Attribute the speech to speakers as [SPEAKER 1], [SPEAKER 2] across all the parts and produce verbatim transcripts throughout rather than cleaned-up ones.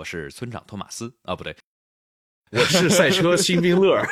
[SPEAKER 1] 我是村长托马斯啊，不对，
[SPEAKER 2] 我是赛车辛宾勒。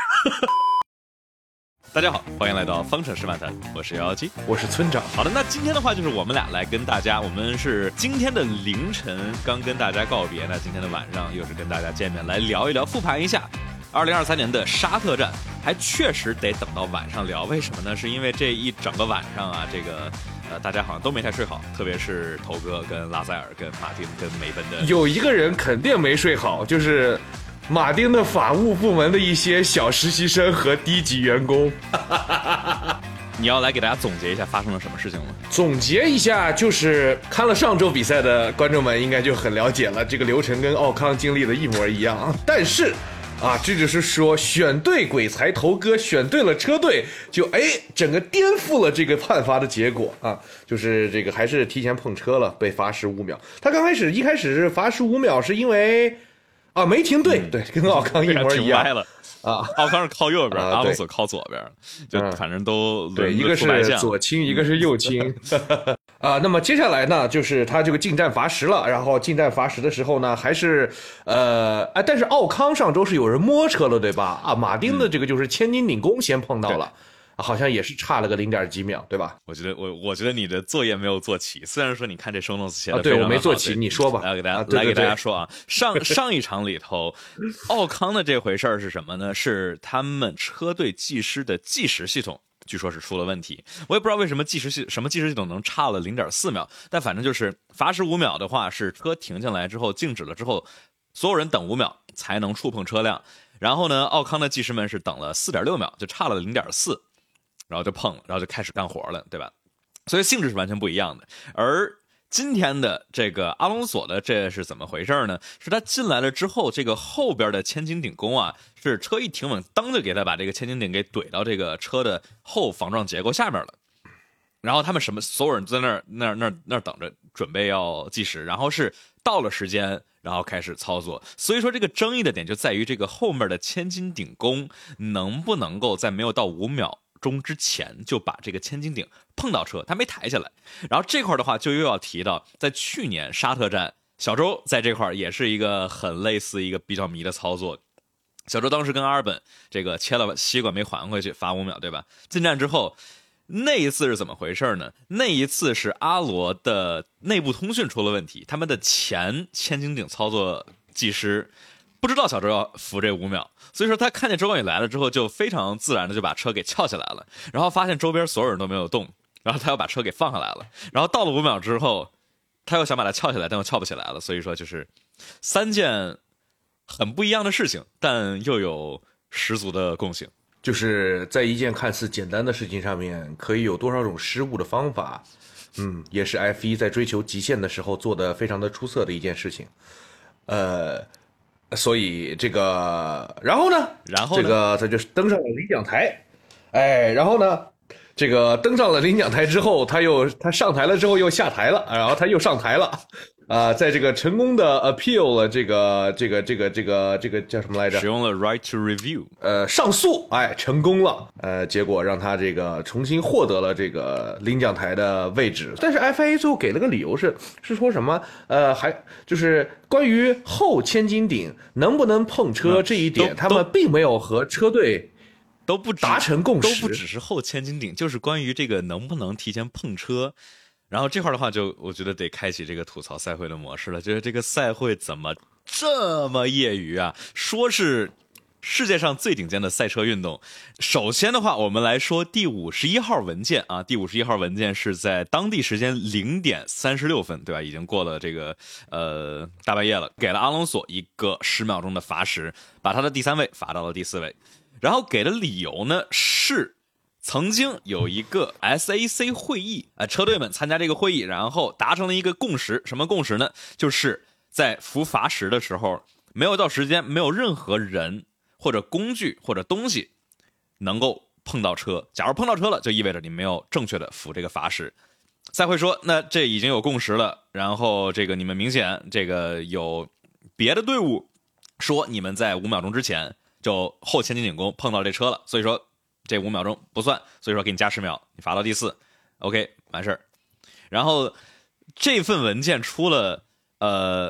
[SPEAKER 1] 大家好，欢迎来到方程式漫谈，我是幺幺七，
[SPEAKER 2] 我是村长。
[SPEAKER 1] 好的，那今天的话就是我们俩来跟大家，我们是今天的凌晨刚跟大家告别，那今天的晚上又是跟大家见面来聊一聊，复盘一下二零二三年的沙特站，还确实得等到晚上聊。为什么呢？是因为这一整个晚上啊，这个呃大家好像都没太睡好，特别是头哥跟拉塞尔跟马丁跟梅奔的，
[SPEAKER 2] 有一个人肯定没睡好，就是马丁的法务部门的一些小实习生和低级员工。
[SPEAKER 1] 你要来给大家总结一下发生了什么事情吗？
[SPEAKER 2] 总结一下，就是看了上周比赛的观众们应该就很了解了，这个流程跟奥康经历的一模一样。但是啊，这就是说选对鬼才头哥选对了车队，就哎整个颠覆了这个判罚的结果啊，就是这个还是提前碰车了，被罚十五秒。他刚开始一开始是罚十五秒，是因为啊没停对，嗯、对，跟奥康一模一样。
[SPEAKER 1] 了啊，奥康是靠右边，阿隆索靠左边，就反正都
[SPEAKER 2] 对，一个是左倾，一个是右倾。啊，那么接下来呢，就是他这个进站罚时了，然后进站罚时的时候呢，还是呃，哎，但是奥康上周是有人摸车了，对吧？啊，马丁的这个就是千斤顶弓先碰到了。好像也是差了个零点几秒，对吧？
[SPEAKER 1] 我觉得我我觉得你的作业没有做齐，虽然说你看这show notes写的、啊、
[SPEAKER 2] 对我没做齐，你说吧。
[SPEAKER 1] 来给大家、
[SPEAKER 2] 啊、对对对
[SPEAKER 1] 来给大家说啊，上上一场里头，奥康的这回事儿是什么呢？是他们车队技师的计时系统，据说是出了问题。我也不知道为什么计时系什么计时系统能差了零点四秒，但反正就是罚时五秒的话，是车停下来之后静止了之后，所有人等五秒才能触碰车辆。然后呢，奥康的技师们是等了四点六秒，就差了零点四。然后就碰了，然后就开始干活了，对吧？所以性质是完全不一样的。而今天的这个阿隆索的这是怎么回事呢？是他进来了之后，这个后边的千斤顶弓啊，是车一停稳，当就给他把这个千斤顶给怼到这个车的后防撞结构下面了。然后他们什么所有人都在那儿那儿那儿那儿等着，准备要计时，然后是到了时间，然后开始操作。所以说这个争议的点就在于这个后面的千斤顶弓能不能够在没有到五秒钟之前就把这个千斤顶碰到车，他没抬起来。然后这块的话就又要提到，在去年沙特站，小周在这块也是一个很类似一个比较迷的操作。小周当时跟阿尔本这个切了吸管没还回去，罚五秒，对吧？进站之后，那一次是怎么回事呢？那一次是阿罗的内部通讯出了问题，他们的前千斤顶操作技师不知道小周要扶这五秒，所以说他看见周冠宇来了之后，就非常自然的就把车给翘起来了，然后发现周边所有人都没有动，然后他又把车给放下来了，然后到了五秒之后，他又想把它翘起来，但又翘不起来了。所以说就是三件很不一样的事情，但又有十足的共性，
[SPEAKER 2] 就是在一件看似简单的事情上面，可以有多少种失误的方法。嗯，也是 F 一 在追求极限的时候做的非常的出色的一件事情。呃。所以这个，然后呢？
[SPEAKER 1] 然后呢
[SPEAKER 2] 这个他就登上了领奖台，哎，然后呢，这个登上了领奖台之后，他又他上台了之后又下台了，然后他又上台了，啊、呃，在这个成功的 appeal 了这个这个这个这个这个叫什么来着？
[SPEAKER 1] 使用了 right to review，
[SPEAKER 2] 呃，上诉，哎，成功了，呃，结果让他这个重新获得了这个领奖台的位置。但是 F I A 最后给了个理由是是说什么？呃，还就是关于后千斤顶能不能碰车这一点，他们并没有和车队
[SPEAKER 1] 都不
[SPEAKER 2] 达成共识，
[SPEAKER 1] 都不只是后千斤顶，就是关于这个能不能提前碰车。然后这块的话就，我觉得得开启这个吐槽赛会的模式了。就是这个赛会怎么这么业余啊？说是世界上最顶尖的赛车运动。首先的话，我们来说第五十一号文件啊，第五十一号文件是在当地时间零点三十六分，对吧？已经过了这个呃大半夜了，给了阿隆索一个十秒钟的罚时，把他的第三位罚到了第四位。然后给的理由呢是，曾经有一个 S A C 会议，呃，车队们参加这个会议，然后达成了一个共识。什么共识呢？就是在服罚时的时候，没有到时间，没有任何人或者工具或者东西能够碰到车。假如碰到车了，就意味着你没有正确的服这个罚时。赛会说，那这已经有共识了，然后这个你们明显这个有别的队伍说你们在五秒钟之前就后前进顶弓碰到这车了，所以说这五秒钟不算，所以说给你加十秒，你罚到第四 ，OK 完事儿。然后这份文件出了，呃，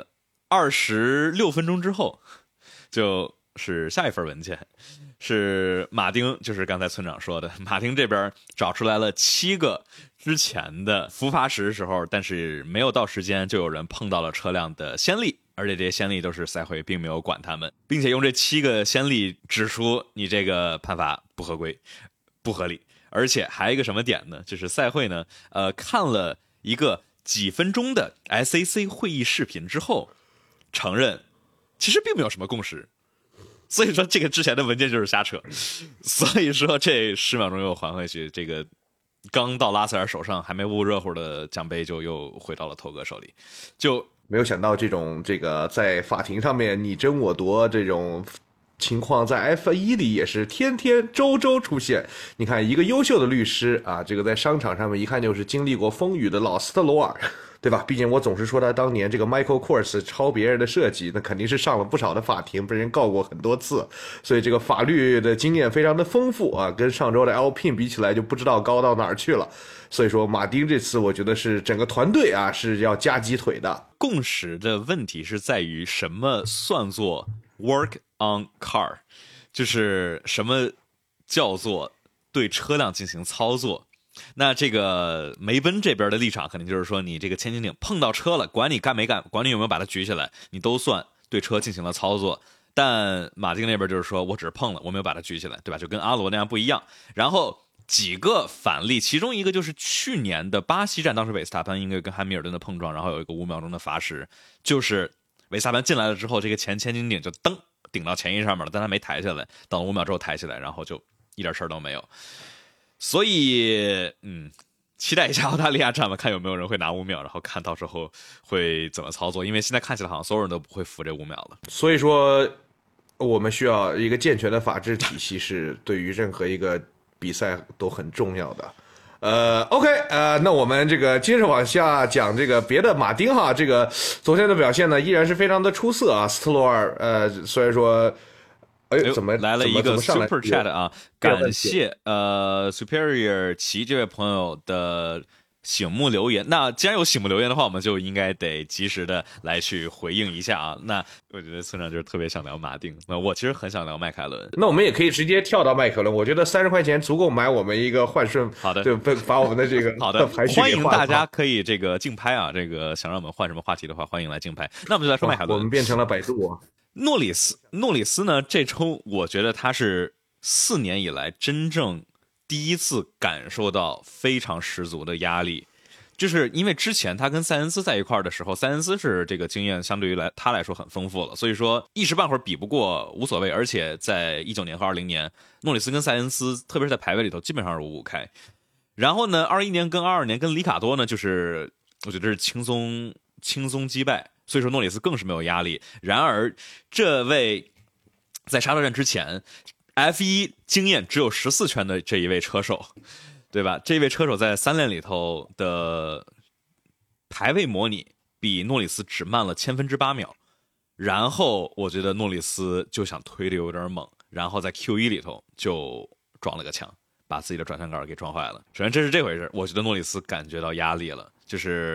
[SPEAKER 1] 二十六分钟之后，就是下一份文件，是马丁，就是刚才村长说的，马丁这边找出来了七个之前的伏法石时候，但是没有到时间就有人碰到了车辆的先例，而且这些先例都是赛会并没有管他们，并且用这七个先例指出你这个判罚不合规、不合理。而且还有一个什么点呢？就是赛会呢，呃，看了一个几分钟的 S A C 会议视频之后，承认其实并没有什么共识。所以说这个之前的文件就是瞎扯，所以说这十秒钟又还回去，这个刚到拉塞尔手上还没捂热乎的奖杯就又回到了头哥手里，就
[SPEAKER 2] 没有想到这种这个在法庭上面你争我夺这种情况在 F 一 里也是天天周周出现。你看一个优秀的律师啊，这个在商场上面一看就是经历过风雨的老斯特罗尔，对吧？毕竟我总是说他当年这个 Michael Kors 抄别人的设计，那肯定是上了不少的法庭，被人告过很多次，所以这个法律的经验非常的丰富啊，跟上周的 Alpine 比起来就不知道高到哪儿去了。所以说马丁这次我觉得是整个团队啊是要夹鸡腿的。
[SPEAKER 1] 共识的问题是在于什么算作 work on car， 就是什么叫做对车辆进行操作。那这个梅奔这边的立场肯定就是说，你这个千斤顶碰到车了，管你干没干，管你有没有把它举起来，你都算对车进行了操作。但马丁那边就是说，我只是碰了，我没有把它举起来，对吧？就跟阿罗那样不一样。然后几个反例，其中一个就是去年的巴西站，当时维斯塔潘应该跟汉密尔顿的碰撞，然后有一个五秒钟的罚时，就是维斯塔潘进来了之后，这个前千斤顶就噔顶到前翼上面了，但他没抬下来，等五秒之后抬起来，然后就一点事儿都没有。所以，嗯，期待一下澳大利亚站吧，看有没有人会拿五秒，然后看到时候会怎么操作。因为现在看起来好像所有人都不会服这五秒了。
[SPEAKER 2] 所以说，我们需要一个健全的法治体系，是对于任何一个比赛都很重要的。呃 ，OK， 呃，那我们这个接着往下讲这个别的马丁哈，这个昨天的表现呢依然是非常的出色啊，斯特罗尔，呃，虽然说。哎，怎么
[SPEAKER 1] 来了一个 super chat 啊？感谢呃 Superior 奇这位朋友的醒目留言。那既然有醒目留言的话，我们就应该得及时的来去回应一下啊。那我觉得村长就是特别想聊马丁，那我其实很想聊迈凯伦。
[SPEAKER 2] 那我们也可以直接跳到迈凯伦，我觉得三十块钱足够买我们一个换顺。
[SPEAKER 1] 好的，
[SPEAKER 2] 就把我们的这个
[SPEAKER 1] 好的欢迎大家可以这个竞拍啊。这个想让我们换什么话题的话，欢迎来竞拍。那我们就来说迈凯伦。
[SPEAKER 2] 我们变成了百度啊。
[SPEAKER 1] 诺里斯，诺里斯呢？这周我觉得他是四年以来真正第一次感受到非常十足的压力，就是因为之前他跟塞恩斯在一块儿的时候，塞恩斯是这个经验相对于来他来说很丰富了，所以说一时半会儿比不过无所谓。而且在一九年和二零年，诺里斯跟塞恩斯，特别是在排位里头，基本上是五五开。然后呢，二一年跟二二年跟里卡多呢，就是我觉得是轻松轻松击败。所以说诺里斯更是没有压力。然而，这位在沙特站之前 F 一 经验只有十四圈的这一位车手，对吧？这位车手在三链里头的排位模拟比诺里斯只慢了千分之八秒。然后我觉得诺里斯就想推的有点猛，然后在 Q 一 里头就撞了个墙，把自己的转向杆给撞坏了。首先这是这回事，我觉得诺里斯感觉到压力了，就是。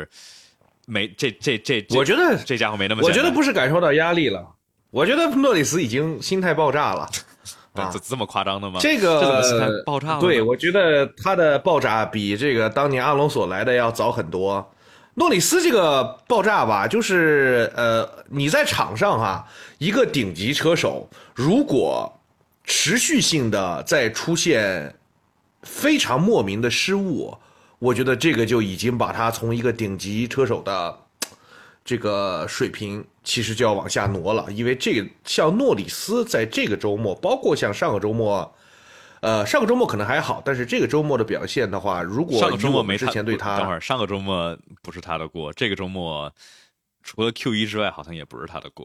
[SPEAKER 1] 没这这这，
[SPEAKER 2] 我觉得
[SPEAKER 1] 这家伙没那么。
[SPEAKER 2] 我觉得不是感受到压力了，我觉得诺里斯已经心态爆炸了。
[SPEAKER 1] 啊，这这么夸张的吗？
[SPEAKER 2] 这个
[SPEAKER 1] 这怎么心态爆炸了？
[SPEAKER 2] 对，我觉得他的爆炸比这个当年阿隆索来的要早很多。诺里斯这个爆炸吧，就是呃，你在场上哈，一个顶级车手如果持续性的在出现非常莫名的失误。我觉得这个就已经把他从一个顶级车手的这个水平，其实就要往下挪了。因为这个像诺里斯在这个周末，包括像上个周末，呃，上个周末可能还好，但是这个周末的表现的话，如果
[SPEAKER 1] 上个周末没
[SPEAKER 2] 之前对他，
[SPEAKER 1] 等会儿上个周末不是他的锅，这个周末除了 Q 一 之外，好像也不是他的锅。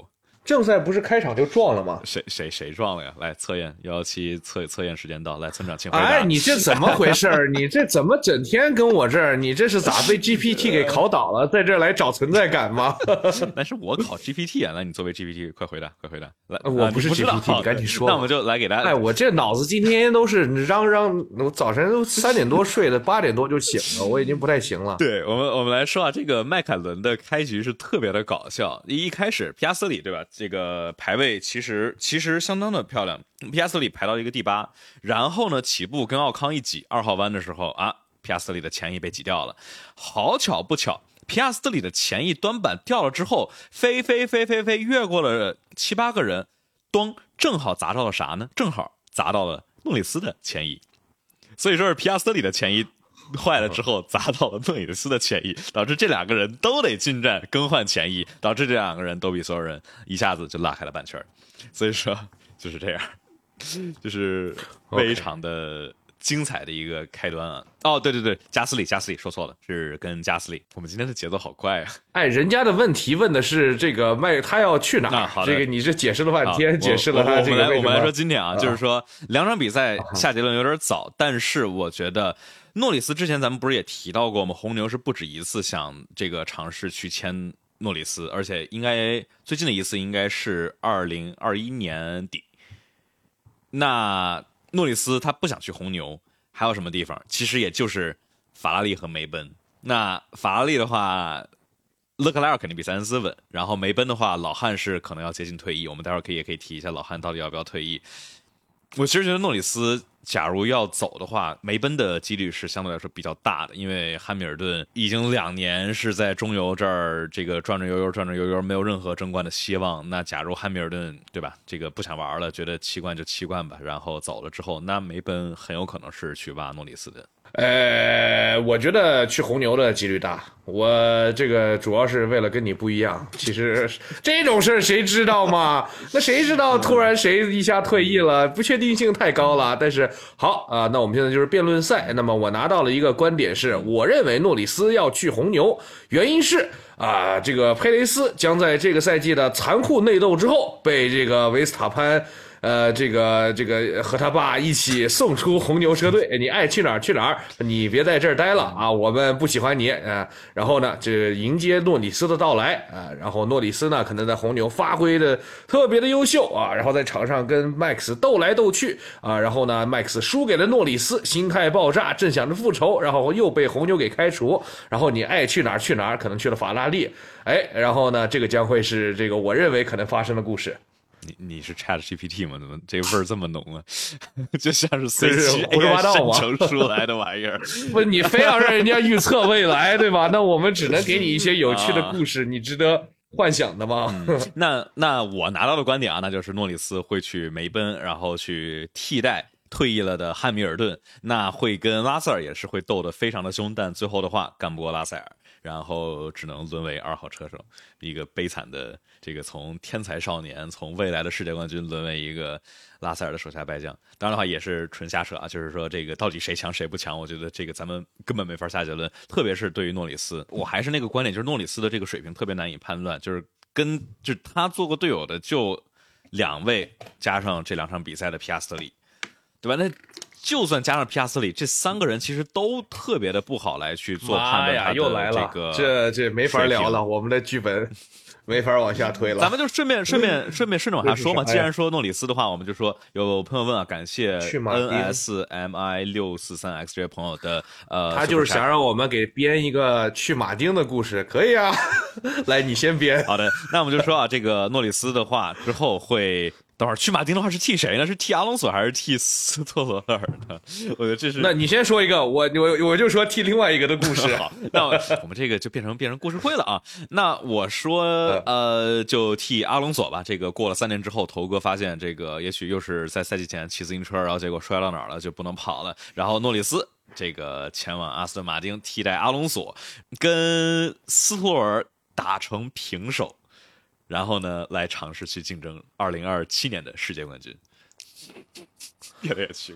[SPEAKER 2] 正赛不是开场就撞了吗？
[SPEAKER 1] 谁谁谁撞了呀？来测验幺幺七测测验时间到，来村长请回答。
[SPEAKER 2] 哎，你这怎么回事儿？你这怎么整天跟我这儿？你这是咋被 G P T 给考倒了，在这儿来找存在感吗？
[SPEAKER 1] 那是我考 G P T 啊！来，你作为 G P T， 快回答，快回答！来，
[SPEAKER 2] 我不是 G P T，、啊、你赶紧说。
[SPEAKER 1] 那我们就来给大家。
[SPEAKER 2] 哎，我这脑子今天都是嚷嚷，我早晨都三点多睡的，八点多就醒了，我已经不太行了。
[SPEAKER 1] 对我们，我们来说啊，这个迈凯伦的开局是特别的搞笑。一开始皮亚斯里对吧？这个排位其实其实相当的漂亮，皮亚斯里排到一个第八，然后呢起步跟奥康一挤，二号弯的时候啊，皮亚斯里的前翼被挤掉了。好巧不巧，皮亚斯里的前翼端板掉了之后，飞飞飞飞飞越过了七八个人，咚，正好砸到了啥呢？正好砸到了诺里斯的前翼。所以说是皮亚斯里的前翼坏了之后砸到了诺里斯的前翼，导致这两个人都得进站更换前翼，导致这两个人都比所有人一下子就拉开了半圈。所以说就是这样，就是非常的精彩的一个开端啊！哦，对对对，加斯里，加斯里说错了，是跟加斯里。我们今天的节奏好快啊！
[SPEAKER 2] 哎，人家的问题问的是这个麦他要去哪儿、
[SPEAKER 1] 啊？
[SPEAKER 2] 这个你是解释了半天，解释了他这个
[SPEAKER 1] 我们来我们来说今天啊，就是说两场比赛下结论有点早，但是我觉得诺里斯之前咱们不是也提到过吗？红牛是不止一次想这个尝试去签诺里斯，而且应该最近的一次应该是二零二一年底。那诺里斯他不想去红牛，还有什么地方？其实也就是法拉利和梅奔。那法拉利的话，勒克莱尔肯定比塞恩斯稳，然后梅奔的话，老汉是可能要接近退役。我们待会儿可以也可以提一下老汉到底要不要退役。我其实觉得诺里斯假如要走的话，梅奔的几率是相对来说比较大的，因为汉密尔顿已经两年是在中游这儿这个转转悠悠转转悠悠，没有任何争冠的希望。那假如汉密尔顿对吧，这个不想玩了，觉得七冠就七冠吧，然后走了之后，那梅奔很有可能是去挖诺里斯的。
[SPEAKER 2] 呃，我觉得去红牛的几率大。我这个主要是为了跟你不一样。其实这种事谁知道嘛？那谁知道突然谁一下退役了？不确定性太高了。但是好啊，那我们现在就是辩论赛。那么我拿到了一个观点是，我认为诺里斯要去红牛，原因是啊，这个佩雷斯将在这个赛季的残酷内斗之后被这个维斯塔潘。呃，这个这个和他爸一起送出红牛车队，你爱去哪儿去哪儿，你别在这儿待了啊！我们不喜欢你啊、呃！然后呢，这迎接诺里斯的到来啊、呃！然后诺里斯呢，可能在红牛发挥的特别的优秀啊，然后在场上跟麦克斯斗来斗去啊，然后呢，麦克斯输给了诺里斯，心态爆炸，正想着复仇，然后又被红牛给开除，然后你爱去哪儿去哪儿，可能去了法拉利，哎，然后呢，这个将会是这个我认为可能发生的故事。
[SPEAKER 1] 你你是 Chat G P T 吗？怎么这个味儿这么浓啊？就像是 C 七
[SPEAKER 2] 胡说八道吗？
[SPEAKER 1] 生成出来的玩意儿。
[SPEAKER 2] 不，你非要让人家预测未来，对吧？那我们只能给你一些有趣的故事，啊、你值得幻想的吗？
[SPEAKER 1] 嗯、那那我拿到的观点啊，那就是诺里斯会去梅奔，然后去替代退役了的汉密尔顿，那会跟拉塞尔也是会斗得非常的凶，但最后的话干不过拉塞尔，然后只能沦为二号车手，一个悲惨的这个从天才少年，从未来的世界冠军沦为一个拉塞尔的手下败将。当然的话也是纯瞎扯啊，就是说这个到底谁强谁不强，我觉得这个咱们根本没法下结论，特别是对于诺里斯，我还是那个观点，就是诺里斯的这个水平特别难以判断，就是跟就是他做过队友的就两位，加上这两场比赛的皮亚斯特里，对吧？那就算加上皮亚斯里，这三个人其实都特别的不好来去做判断他的这个。
[SPEAKER 2] 又来了，这这没法聊了，我们的剧本没法往下推了。
[SPEAKER 1] 咱们就顺便顺便顺便顺着往下说嘛。既然说诺里斯的话，我们就说有朋友问啊，感谢 N S M I 六四三 X 这位朋友的呃，
[SPEAKER 2] 他就是想让我们给编一个去马丁的故事，可以啊。来，你先编。
[SPEAKER 1] 好的，那我们就说啊，这个诺里斯的话之后会。等会儿去马丁的话是替谁呢？是替阿隆索还是替斯托罗勒尔呢？我觉得这是……
[SPEAKER 2] 那你先说一个，我我我就说替另外一个的故事。
[SPEAKER 1] 好，那我们这个就变成变成故事会了啊。那我说呃，就替阿隆索吧。这个过了三年之后，头哥发现这个也许又是在赛季前骑自行车，然后结果摔到哪儿了，就不能跑了。然后诺里斯这个前往阿斯顿马丁替代阿隆索，跟斯托罗尔打成平手。然后呢，来尝试去竞争二零二七年的世界冠军，越来越奇怪。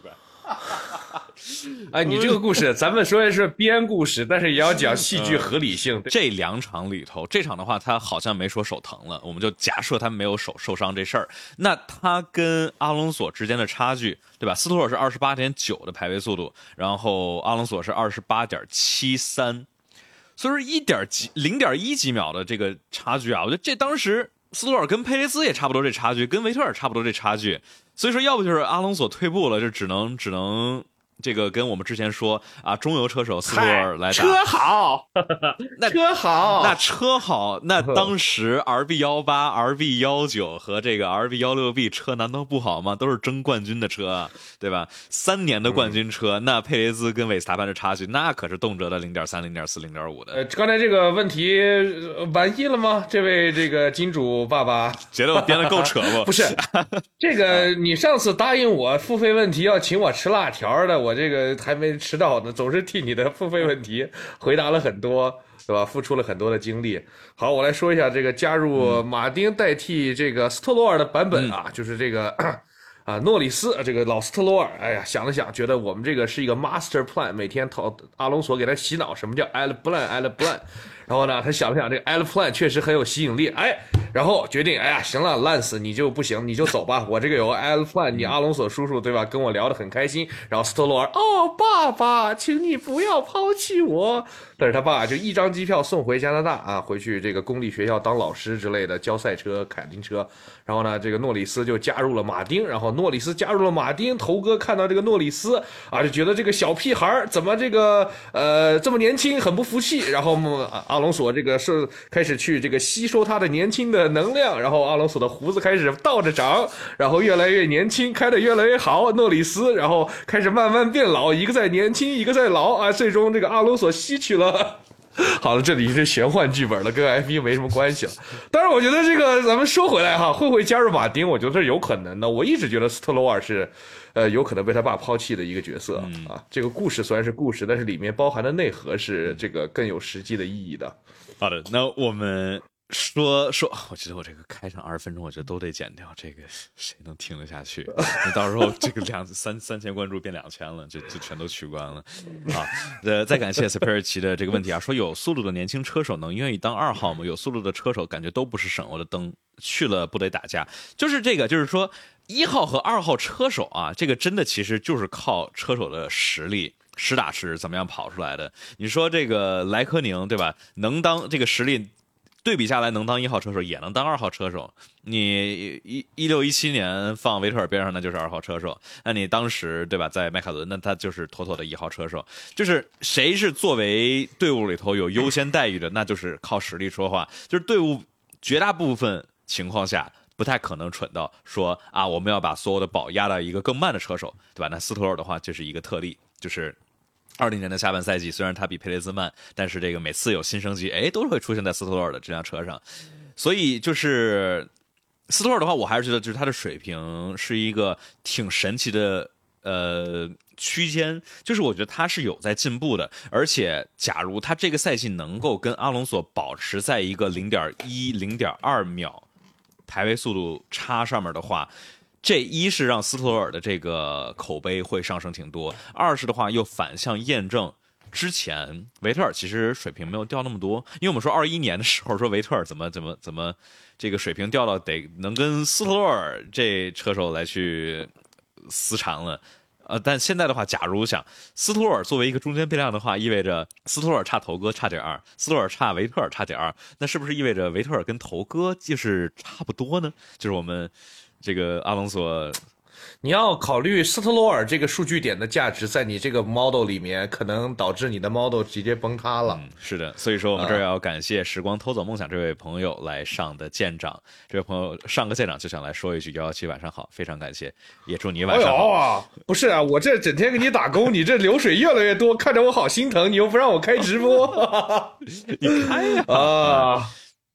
[SPEAKER 2] 哎，你这个故事，咱们说的是编故事，但是也要讲戏剧合理性。
[SPEAKER 1] 这两场里头，这场的话，他好像没说手疼了，我们就假设他没有手受伤这事儿。那他跟阿隆索之间的差距，对吧？斯托尔是二十八点九的排位速度，然后阿隆索是二十八点七三，所以说一点几零点一几秒的这个差距啊，我觉得这当时斯托尔跟佩雷兹也差不多这差距，跟维特尔差不多这差距。所以说，要不就是阿隆索退步了，就只能只能。这个跟我们之前说啊，中游车手斯托尔来打，
[SPEAKER 2] 车好，
[SPEAKER 1] 那
[SPEAKER 2] 车好，
[SPEAKER 1] 那车好，那当时 R B 一八、R B 一九和这个 R B 一六 B 车难道不好吗？都是争冠军的车，对吧？三年的冠军车，嗯、那佩雷兹跟韦斯塔潘的差距，那可是动辄的零点三、零点四、零点五的。
[SPEAKER 2] 呃，刚才这个问题满意了吗？这位这个金主爸爸，
[SPEAKER 1] 觉得我编的够扯不？
[SPEAKER 2] 不是，这个你上次答应我付费问题要请我吃辣条的，我这个还没吃到呢，总是替你的付费问题回答了很多，对吧？付出了很多的精力。好，我来说一下这个加入马丁代替这个斯特罗尔的版本啊，嗯、就是这个啊诺里斯这个老斯特罗尔，哎呀，想了想，觉得我们这个是一个 master plan， 每天讨阿隆索给他洗脑，什么叫 Al plan Al plan。然后呢，他想了想，这个 Al plan 确实很有吸引力，哎，然后决定，哎呀，行了，烂死你就不行，你就走吧，我这个有个 Al plan， 你阿隆索叔叔对吧？跟我聊得很开心。然后斯特罗尔，哦，爸爸，请你不要抛弃我。但是他爸就一张机票送回加拿大啊，回去这个公立学校当老师之类的，教赛车、凯丁车。然后呢，这个诺里斯就加入了马丁，然后诺里斯加入了马丁，头哥看到这个诺里斯啊，就觉得这个小屁孩怎么这个呃这么年轻，很不服气。然后阿隆索这个是开始去这个吸收他的年轻的能量，然后阿隆索的胡子开始倒着长，然后越来越年轻，开得越来越好。诺里斯然后开始慢慢变老，一个在年轻，一个在老啊，最终这个阿隆索吸取了。好了，这里是玄幻剧本了，跟 F 一 没什么关系了。当然，我觉得这个咱们说回来哈，会不会加入马丁？我觉得是有可能的。我一直觉得斯特罗尔是，呃，有可能被他爸抛弃的一个角色、嗯、啊。这个故事虽然是故事，但是里面包含的内核是这个更有实际的意义的。
[SPEAKER 1] 好的，那我们。说说，我觉得我这个开场二十分钟，我觉得都得剪掉，这个谁能听得下去？那到时候这个两三三千关注变两千了，就就全都取关了啊！呃，再感谢斯佩尔奇的这个问题啊，说有速度的年轻车手能愿意当二号吗？有速度的车手感觉都不是省油的灯，去了不得打架。就是这个，就是说一号和二号车手啊，这个真的其实就是靠车手的实力。实打实怎么样跑出来的？你说这个莱科宁对吧？能当这个实力。对比下来，能当一号车手，也能当二号车手。你一一六一七年放维特尔边上，那就是二号车手。那你当时对吧，在迈凯伦，那他就是妥妥的一号车手。就是谁是作为队伍里头有优先待遇的，那就是靠实力说话。就是队伍绝大部分情况下不太可能蠢到说啊，我们要把所有的宝压到一个更慢的车手，对吧？那斯托尔的话就是一个特例，就是。二零年的下半赛季，虽然他比佩雷兹慢，但是这个每次有新升级，哎，都会出现在斯托尔的这辆车上。所以就是斯托尔的话，我还是觉得就是他的水平是一个挺神奇的呃区间，就是我觉得他是有在进步的。而且，假如他这个赛季能够跟阿隆索保持在一个零点一、零点二秒排位速度差上面的话。这一是让斯托尔的这个口碑会上升挺多，二是的话又反向验证之前维特尔其实水平没有掉那么多，因为我们说二一年的时候说维特尔怎么怎么怎么这个水平掉到得能跟斯托尔这车手来去厮缠了。呃，但现在的话，假如想斯托尔作为一个中间变量的话，意味着斯托尔差头哥差点二，斯托尔差维特尔差点二，那是不是意味着维特尔跟头哥就是差不多呢？就是我们。这个阿隆索，
[SPEAKER 2] 你要考虑斯特罗尔这个数据点的价值，在你这个 model 里面，可能导致你的 model 直接崩塌了。
[SPEAKER 1] 嗯、是的，所以说我们这儿要感谢时光偷走梦想这位朋友来上的舰长，这位朋友上个舰长就想来说一句幺幺七晚上好，非常感谢，也祝你晚上好。
[SPEAKER 2] 哎呦，不是啊，我这整天给你打工，你这流水越来越多，看着我好心疼，你又不让我开直播，
[SPEAKER 1] 你开呀
[SPEAKER 2] 啊！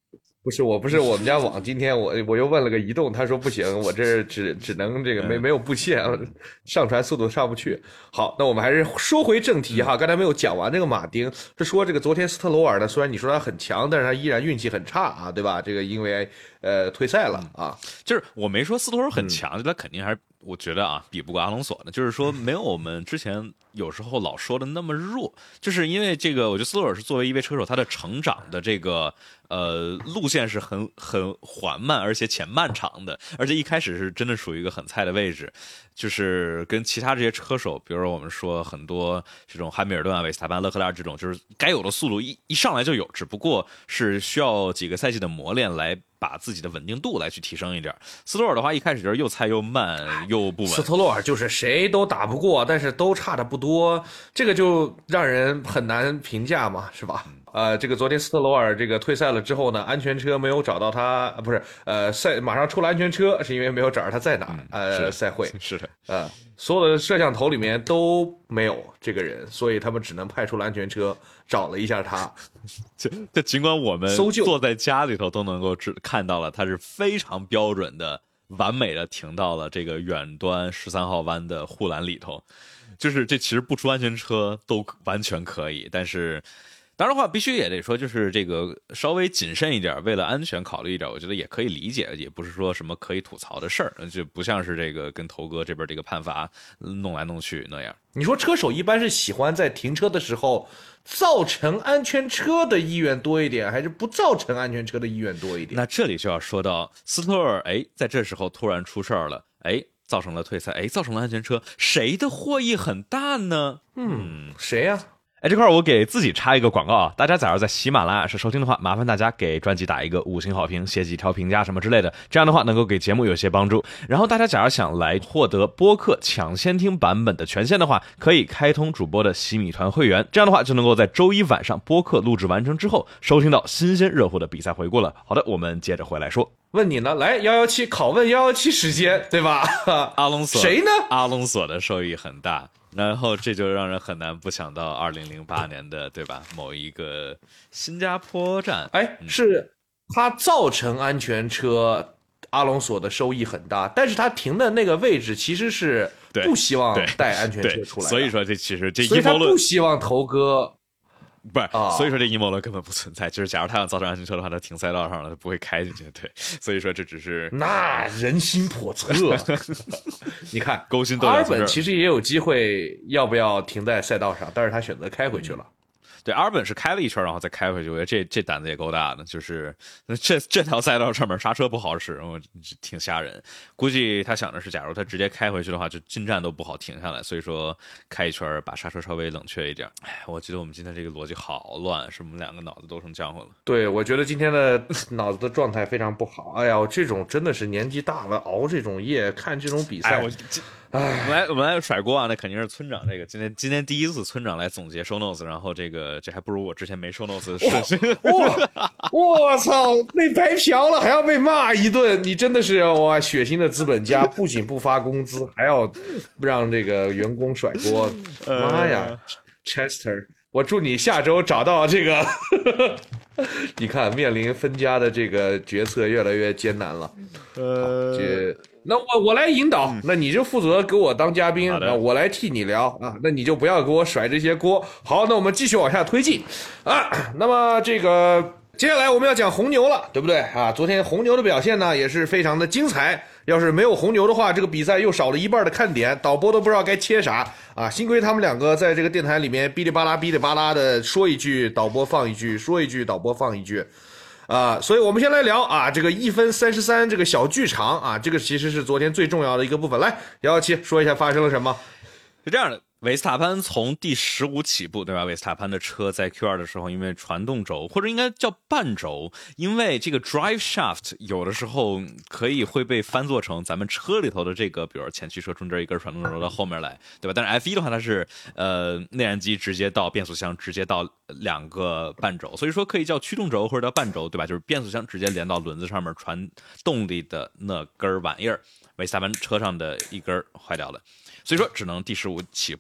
[SPEAKER 2] 不是，我不是我们家网，今天我我又问了个移动，他说不行，我这只只能这个没没有布线，上传速度上不去。好，那我们还是说回正题哈，刚才没有讲完这个马丁，是说这个昨天斯特罗尔呢，虽然你说他很强，但是他依然运气很差啊，对吧？这个因为呃退赛了啊，
[SPEAKER 1] 就是我没说斯托尔很强，嗯、他肯定还是我觉得啊比不过阿隆索的，就是说没有我们之前有时候老说的那么弱，就是因为这个，我觉得斯托尔是作为一位车手，他的成长的这个呃路线是很很缓慢，而且且漫长的，而且一开始是真的属于一个很菜的位置，就是跟其他这些车手，比如说我们说很多这种汉密尔顿啊、维斯塔潘、勒克莱尔这种，就是该有的速度一一上来就有，只不过是需要几个赛季的磨练来把自己的稳定度来去提升一点。斯托尔的话一开始就是又菜又慢又不稳，
[SPEAKER 2] 斯托洛尔就是谁都打不过，但是都差的不多，这个就让人很难评价嘛，是吧？呃，这个昨天斯特罗尔这个退赛了之后呢，安全车没有找到他，不是，呃，赛马上出了安全车，是因为没有找着他在哪儿，
[SPEAKER 1] 嗯、
[SPEAKER 2] 呃，赛会
[SPEAKER 1] 是的，
[SPEAKER 2] 呃，所有的摄像头里面都没有这个人，所以他们只能派出了安全车找了一下他。
[SPEAKER 1] 这这尽管我们
[SPEAKER 2] 搜救
[SPEAKER 1] 坐在家里头都能够只看到了，他是非常标准的、完美的停到了这个远端十三号弯的护栏里头，就是这其实不出安全车都完全可以，但是。当然的话，必须也得说，就是这个稍微谨慎一点，为了安全考虑一点，我觉得也可以理解，也不是说什么可以吐槽的事儿，就不像是这个跟头哥这边这个判罚弄来弄去那样。
[SPEAKER 2] 你说车手一般是喜欢在停车的时候造成安全车的意愿多一点，还是不造成安全车的意愿多一点？
[SPEAKER 1] 那这里就要说到斯托尔，哎，在这时候突然出事儿了，哎，造成了退赛，哎，造成了安全车，谁的获益很大呢？
[SPEAKER 2] 嗯，谁呀、啊？
[SPEAKER 1] 哎，这块我给自己插一个广告啊！大家假如在喜马拉雅是收听的话，麻烦大家给专辑打一个五星好评，写几条评价什么之类的，这样的话能够给节目有些帮助。然后大家假如想来获得播客抢先听版本的权限的话，可以开通主播的喜米团会员，这样的话就能够在周一晚上播客录制完成之后，收听到新鲜热乎的比赛回顾了。好的，我们接着回来说。
[SPEAKER 2] 问你呢，来一一七拷问一一七时间，对吧？
[SPEAKER 1] 阿隆索
[SPEAKER 2] 谁呢？
[SPEAKER 1] 阿隆索的收益很大。然后这就让人很难不想到二零零八年的，对吧？某一个新加坡站，
[SPEAKER 2] 哎，是他造成安全车，阿隆索的收益很大，但是他停的那个位置其实是不希望带安全车出来的，
[SPEAKER 1] 所以说这其实这
[SPEAKER 2] 所以他不希望头哥。
[SPEAKER 1] 不是，啊、所以说这阴谋论根本不存在。就是假如他想造成安全车的话，他停赛道上了，他不会开进去。对，所以说这只是
[SPEAKER 2] 那人心叵测。你看，
[SPEAKER 1] 勾心斗角。
[SPEAKER 2] 阿尔本其实也有机会要不要停在赛道上，但是他选择开回去了。
[SPEAKER 1] 嗯对，阿尔本是开了一圈，然后再开回去，我觉得这这胆子也够大的。就是这这条赛道上面刹车不好使，我挺吓人。估计他想的是，假如他直接开回去的话，就进站都不好停下来。所以说开一圈，把刹车稍微冷却一点。哎，我觉得我们今天这个逻辑好乱，是我们两个脑子都成浆糊了。
[SPEAKER 2] 对，我觉得今天的脑子的状态非常不好。哎呀，我这种真的是年纪大了，熬这种夜，看这种比赛。
[SPEAKER 1] 哎我我们来我们来甩锅啊！那肯定是村长这个今天今天第一次村长来总结 show notes， 然后这个这还不如我之前没 show notes 的顺序。
[SPEAKER 2] 哇！我操，被白嫖了还要被骂一顿，你真的是哇血腥的资本家，不仅不发工资，还要让这个员工甩锅。妈呀 ，Chester， 我祝你下周找到这个。你看，面临分家的这个决策越来越艰难了。呃，这。那我我来引导，那你就负责给我当嘉宾，那我来替你聊啊，那你就不要给我甩这些锅。好，那我们继续往下推进啊。那么这个接下来我们要讲红牛了，对不对啊？昨天红牛的表现呢也是非常的精彩，要是没有红牛的话，这个比赛又少了一半的看点，导播都不知道该切啥啊。幸亏他们两个在这个电台里面哔哩吧啦哔哩吧啦的说一句，导播放一句，说一句，导播放一句。啊，所以我们先来聊啊，这个一分三十三这个小剧场啊，这个其实是昨天最重要的一个部分。来，幺幺七说一下发生了什么？
[SPEAKER 1] 是这样的，维斯塔潘从第十五起步，对吧？维斯塔潘的车在 Q 二 的时候，因为传动轴或者应该叫半轴，因为这个 drive shaft 有的时候可以会被翻做成咱们车里头的这个，比如前驱车中间一根传动轴到后面来，对吧？但是 F 一 的话，它是呃内燃机直接到变速箱，直接到两个半轴，所以说可以叫驱动轴或者叫半轴，对吧？就是变速箱直接连到轮子上面传动力的那根玩意儿，维斯塔潘车上的一根坏掉了。所以说只能第十五起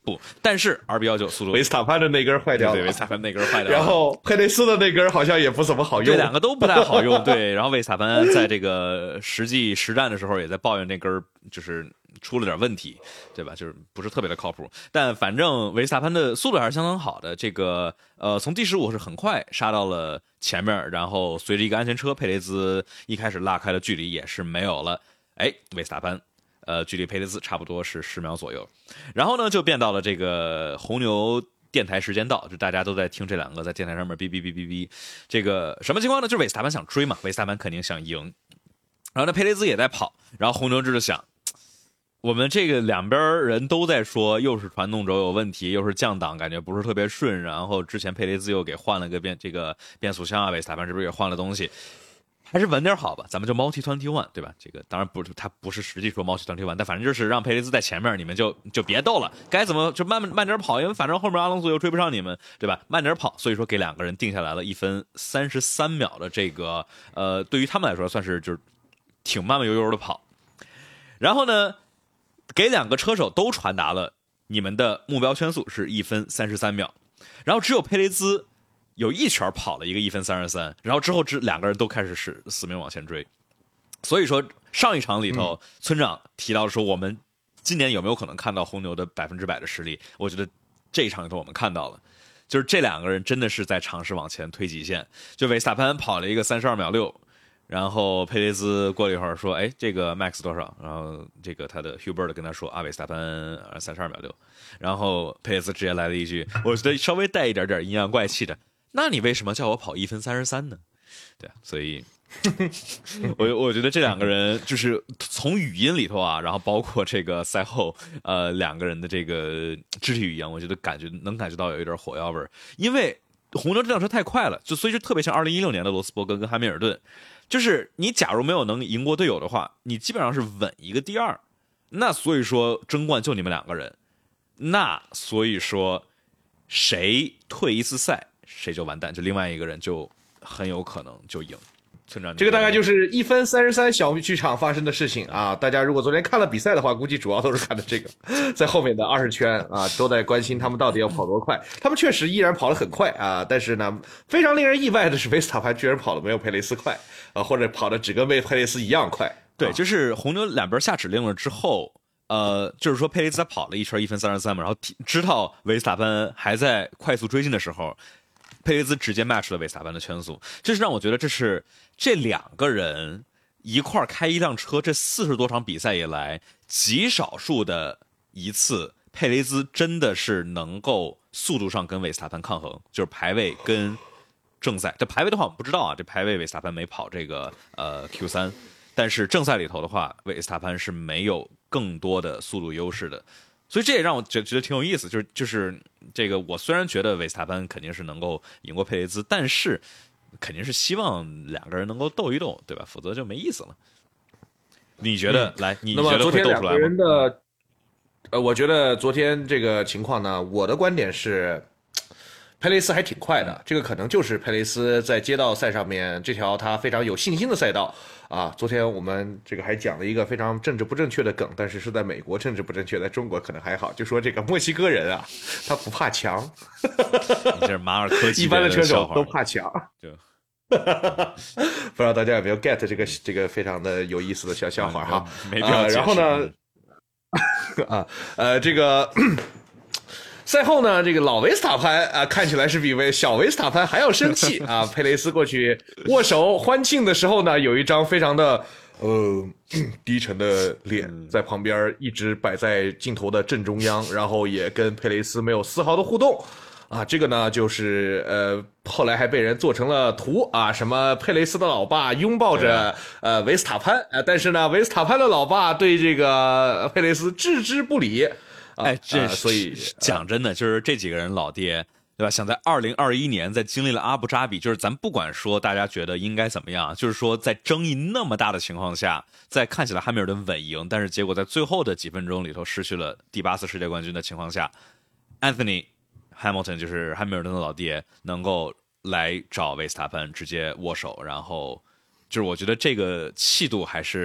[SPEAKER 1] 不，但是 二 比幺九速度，
[SPEAKER 2] 维斯塔潘的那根坏掉了，
[SPEAKER 1] 对，维斯塔潘那根坏掉了，
[SPEAKER 2] 然后佩雷斯的那根好像也不怎么好用，
[SPEAKER 1] 对，两个都不太好用。对，然后维斯塔潘在这个实际实战的时候也在抱怨那根就是出了点问题，对吧？就是不是特别的靠谱。但反正维斯塔潘的速度还是相当好的，这个呃，从第十五是很快杀到了前面，然后随着一个安全车，佩雷兹一开始拉开的距离也是没有了。哎，维斯塔潘。呃，距离佩雷兹差不多是十秒左右，然后呢，就变到了这个红牛电台时间到，就大家都在听这两个在电台上面哔哔哔哔哔，这个什么情况呢？就是维斯塔潘想追嘛，维斯塔潘肯定想赢，然后呢，佩雷兹也在跑，然后红牛就是想，我们这个两边人都在说，又是传动轴有问题，又是降档感觉不是特别顺，然后之前佩雷兹又给换了个变这个变速箱啊，维斯塔潘是不是也换了东西？还是稳点好吧，咱们就 multi twenty one 对吧？这个当然不是，他不是实际说 multi twenty one，但反正就是让佩雷兹在前面，你们就就别斗了，该怎么就慢慢慢点跑，因为反正后面阿隆索又追不上你们，对吧？慢点跑，所以说给两个人定下来了一分三十三秒的这个，呃，对于他们来说算是就是挺慢慢悠悠的跑。然后呢，给两个车手都传达了你们的目标圈速是一分三十三秒，然后只有佩雷兹。有一圈跑了一个一分三十三，然后之后只两个人都开始是死命往前追，所以说上一场里头，嗯、村长提到说我们今年有没有可能看到红牛的百分之百的实力？我觉得这一场里头我们看到了，就是这两个人真的是在尝试往前推极限。就维斯塔潘跑了一个三十二秒六，然后佩雷兹过了一会儿说：“哎，这个 Max 多少？”然后这个他的 Hubert 跟他说：“啊，维斯塔潘三十二秒六。”然后佩雷兹直接来了一句，我觉得稍微带一点点阴阳怪气的。那你为什么叫我跑一分三十三呢？对，所以我我觉得这两个人就是从语音里头啊，然后包括这个赛后呃两个人的这个肢体语言，我觉得感觉能感觉到有一点火药味儿。因为红牛这辆车太快了，就所以就特别像二零一六年的罗斯伯格跟汉密尔顿，就是你假如没有能赢过队友的话，你基本上是稳一个第二。那所以说争冠就你们两个人，那所以说谁退一次赛。谁就完蛋，就另外一个人就很有可能就赢。村长，
[SPEAKER 2] 这个大概就是一分三十三小剧场发生的事情啊！大家如果昨天看了比赛的话，估计主要都是看的这个，在后面的二十圈啊，都在关心他们到底要跑多快。他们确实依然跑得很快啊，但是呢，非常令人意外的是，维斯塔潘居然跑得没有佩雷斯快啊，或者跑得只跟佩雷斯一样快。
[SPEAKER 1] 对，就是红牛两边下指令了之后。呃，就是说佩雷兹跑了一圈一分三十三嘛，然后知道维斯塔潘还在快速追进的时候，佩雷兹直接 match 了维斯塔潘的圈速，这是让我觉得这是这两个人一块开一辆车，这四十多场比赛以来极少数的一次，佩雷兹真的是能够速度上跟维斯塔潘抗衡，就是排位跟正赛。这排位的话我们不知道啊，这排位维斯塔潘没跑这个呃 Q 三，但是正赛里头的话，维斯塔潘是没有更多的速度优势的，所以这也让我觉觉得挺有意思。就是就是这个，我虽然觉得维斯塔潘肯定是能够赢过佩雷兹，但是肯定是希望两个人能够斗一斗，对吧？否则就没意思了。你觉得？嗯、来，你觉得会斗出来吗？
[SPEAKER 2] 那么昨天两个人的，呃，我觉得昨天这个情况呢，我的观点是。佩雷斯还挺快的，这个可能就是佩雷斯在街道赛上面这条他非常有信心的赛道啊。昨天我们这个还讲了一个非常政治不正确的梗，但是是在美国政治不正确，在中国可能还好，就说这个墨西哥人啊，他不怕墙。
[SPEAKER 1] 你这是马尔科基
[SPEAKER 2] 一般的车手都怕墙。
[SPEAKER 1] 就
[SPEAKER 2] 不知道大家有没有 get 这个这个非常的有意思的小笑话哈？
[SPEAKER 1] 没必要、呃。
[SPEAKER 2] 然后呢，啊呃这个。赛后呢，这个老维斯塔潘啊，看起来是比维小维斯塔潘还要生气啊。佩雷斯过去握手欢庆的时候呢，有一张非常的呃低沉的脸在旁边一直摆在镜头的正中央，然后也跟佩雷斯没有丝毫的互动啊。这个呢，就是呃后来还被人做成了图啊，什么佩雷斯的老爸拥抱着呃维斯塔潘啊，但是呢，维斯塔潘的老爸对这个佩雷斯置之不理。
[SPEAKER 1] 哎，这、
[SPEAKER 2] 呃、所以
[SPEAKER 1] 讲真的，就是这几个人老爹，对吧？想在二零二一年，在经历了阿布扎比，就是咱不管说大家觉得应该怎么样，就是说在争议那么大的情况下，在看起来汉密尔顿稳赢，但是结果在最后的几分钟里头失去了第八次世界冠军的情况下 ，Anthony Hamilton 就是汉密尔顿的老爹，能够来找维斯塔潘直接握手，然后就是我觉得这个气度还是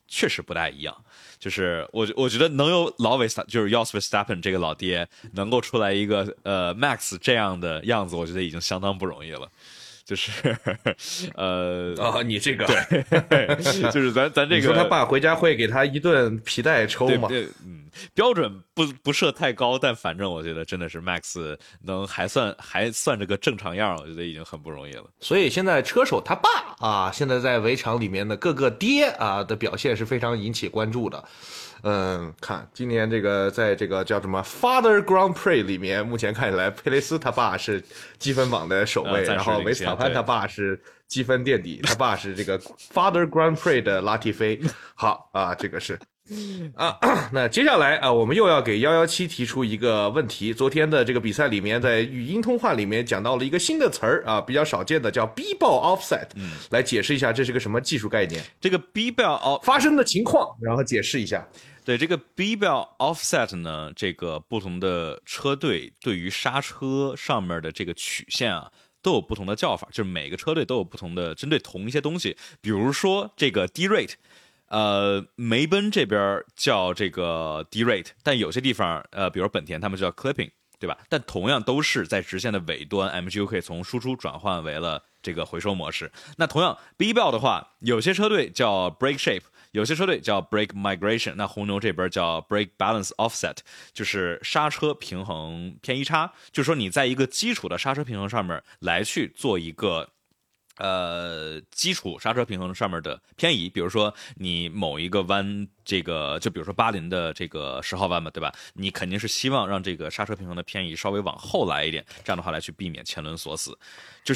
[SPEAKER 1] 确实不太一样。就是我我觉得能有老维斯塔就是 Jos Verstappen 这个老爹能够出来一个呃 Max 这样的样子，我觉得已经相当不容易了。就是呃
[SPEAKER 2] 啊、哦，你这个
[SPEAKER 1] 对，就是咱咱这个，
[SPEAKER 2] 你说他爸回家会给他一顿皮带抽吗？
[SPEAKER 1] 对对，嗯，标准不不设太高，但反正我觉得真的是 Max 能还算还算这个正常样，我觉得已经很不容易了。
[SPEAKER 2] 所以现在车手他爸啊，现在在围场里面的各个爹啊的表现是非常引起关注的。嗯，看今年这个在这个叫什么 Father Grand Prix 里面，目前看起来佩雷斯他爸是积分榜的首位，
[SPEAKER 1] 呃、
[SPEAKER 2] 然后维斯塔潘他爸是积分垫底，他爸是这个 Father Grand Prix 的拉蒂菲。好啊，这个是啊，那接下来啊，我们又要给一一七提出一个问题。昨天的这个比赛里面，在语音通话里面讲到了一个新的词儿啊，比较少见的叫 B-ball offset，嗯，来解释一下这是个什么技术概念。
[SPEAKER 1] 这个 B-ball off
[SPEAKER 2] 发生的情况，然后解释一下。
[SPEAKER 1] 对，这个 B-ball offset 呢，这个不同的车队对于刹车上面的这个曲线啊，都有不同的叫法，就是每个车队都有不同的针对同一些东西。比如说这个 D-rate， 呃，梅奔这边叫这个 D-rate， 但有些地方，呃，比如本田他们叫 clipping， 对吧？但同样都是在直线的尾端 ，M G U K 从输出转换为了这个回收模式。那同样 B-ball 的话，有些车队叫 brake shape。有些车队叫 brake migration， 那红牛这边叫 brake balance offset， 就是刹车平衡偏移差，就是说你在一个基础的刹车平衡上面来去做一个呃基础刹车平衡上面的偏移，比如说你某一个弯，这个就比如说巴林的这个十号弯嘛，对吧？你肯定是希望让这个刹车平衡的偏移稍微往后来一点，这样的话来去避免前轮锁死，就是。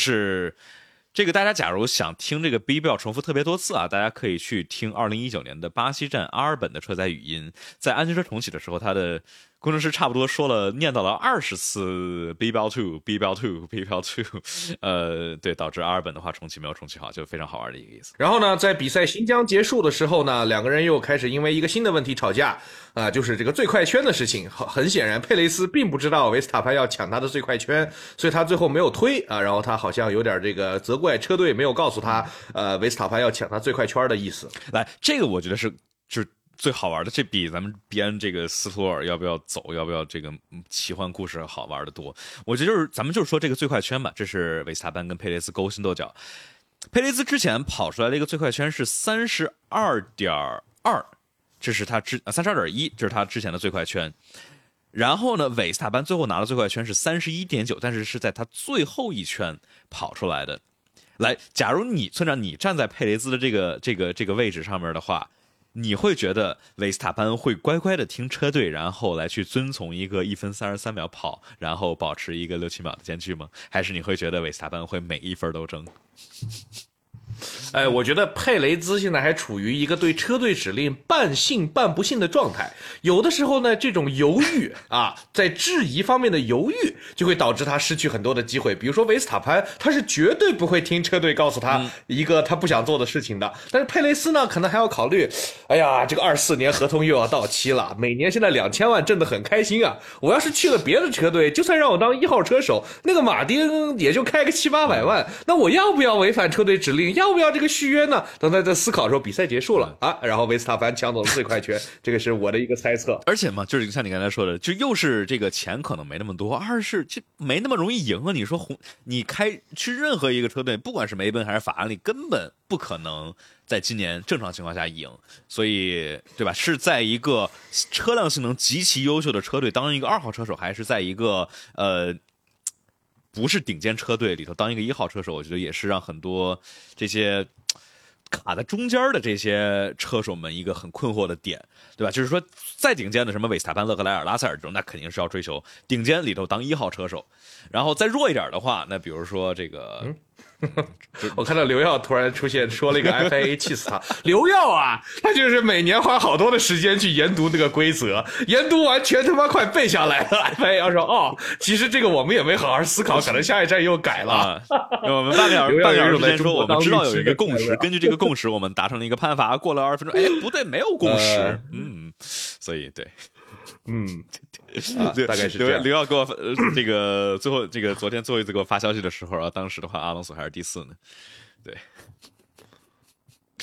[SPEAKER 1] 这个大家假如想听这个 B-ball 重复特别多次啊，大家可以去听二零一九年的巴西站阿尔本的车载语音，在安全车重启的时候，他的工程师差不多说了念叨了二十次 B-ball two B-ball two B-ball two， 呃，对，导致阿尔本的话重启没有重启好，就非常好玩的一个意思。
[SPEAKER 2] 然后呢，在比赛新将结束的时候呢，两个人又开始因为一个新的问题吵架啊、呃，就是这个最快圈的事情。很显然，佩雷斯并不知道维斯塔潘要抢他的最快圈，所以他最后没有推啊，然后他好像有点这个责怪车队没有告诉他，呃，维斯塔潘要抢他最快圈的意思。
[SPEAKER 1] 来，这个我觉得是就是最好玩的，这比咱们编这个斯图尔要不要走，要不要这个奇幻故事好玩的多。我觉得就是咱们就是说这个最快圈吧，这是维斯塔潘跟佩雷斯勾心斗角。佩雷斯之前跑出来的一个最快圈是三十二点二，这是他之三十二点一，这是他之前的最快圈。然后呢，韦斯塔潘最后拿的最快圈是三十一点九，但是是在他最后一圈跑出来的。来，假如你村长你站在佩雷兹的这个这个这个位置上面的话，你会觉得维斯塔潘会乖乖的听车队，然后来去遵从一个一分三十三秒跑，然后保持一个六七秒的间距吗？还是你会觉得维斯塔潘会每一分都争？
[SPEAKER 2] 哎，我觉得佩雷兹现在还处于一个对车队指令半信半不信的状态。有的时候呢，这种犹豫啊，在质疑方面的犹豫，就会导致他失去很多的机会。比如说维斯塔潘，他是绝对不会听车队告诉他一个他不想做的事情的。嗯、但是佩雷斯呢，可能还要考虑，哎呀，这个二四年合同又要到期了，每年现在两千万挣得很开心啊。我要是去了别的车队，就算让我当一号车手，那个马丁也就开个七八百万，那我要不要违反车队指令？要不要这个续约呢？等他在思考的时候，比赛结束了啊，然后维斯塔潘抢走了最快圈，这个是我的一个猜测。
[SPEAKER 1] 而且嘛，就是像你刚才说的，就又是这个钱可能没那么多，二是就没那么容易赢啊。你说红，你开去任何一个车队，不管是梅奔还是法拉利，根本不可能在今年正常情况下赢。所以，对吧？是在一个车辆性能极其优秀的车队当一个二号车手，还是在一个呃。不是顶尖车队里头当一个一号车手，我觉得也是让很多这些卡在中间的这些车手们一个很困惑的点，对吧？就是说，再顶尖的什么韦斯塔潘、勒克莱尔、拉塞尔这种，那肯定是要追求顶尖里头当一号车手。然后再弱一点的话，那比如说这个。嗯
[SPEAKER 2] 我看到刘耀突然出现，说了一个 F I A， 气死他！刘耀啊，他就是每年花好多的时间去研读这个规则，研读完全他妈快背下来了。F I A 要说哦，其实这个我们也没好好思考，可能下一站又改了。啊、
[SPEAKER 1] 我们半个小时半个小时之前说，我们知道有一个共识，根据这个共识，我们达成了一个判罚。过了二十分钟，哎，不对，没有共识。呃、嗯，所以对。
[SPEAKER 2] 嗯，啊、大概是这样。
[SPEAKER 1] 刘耀给我、呃、这个最后这个昨天最后一次给我发消息的时候啊，当时的话阿隆索还是第四呢。对，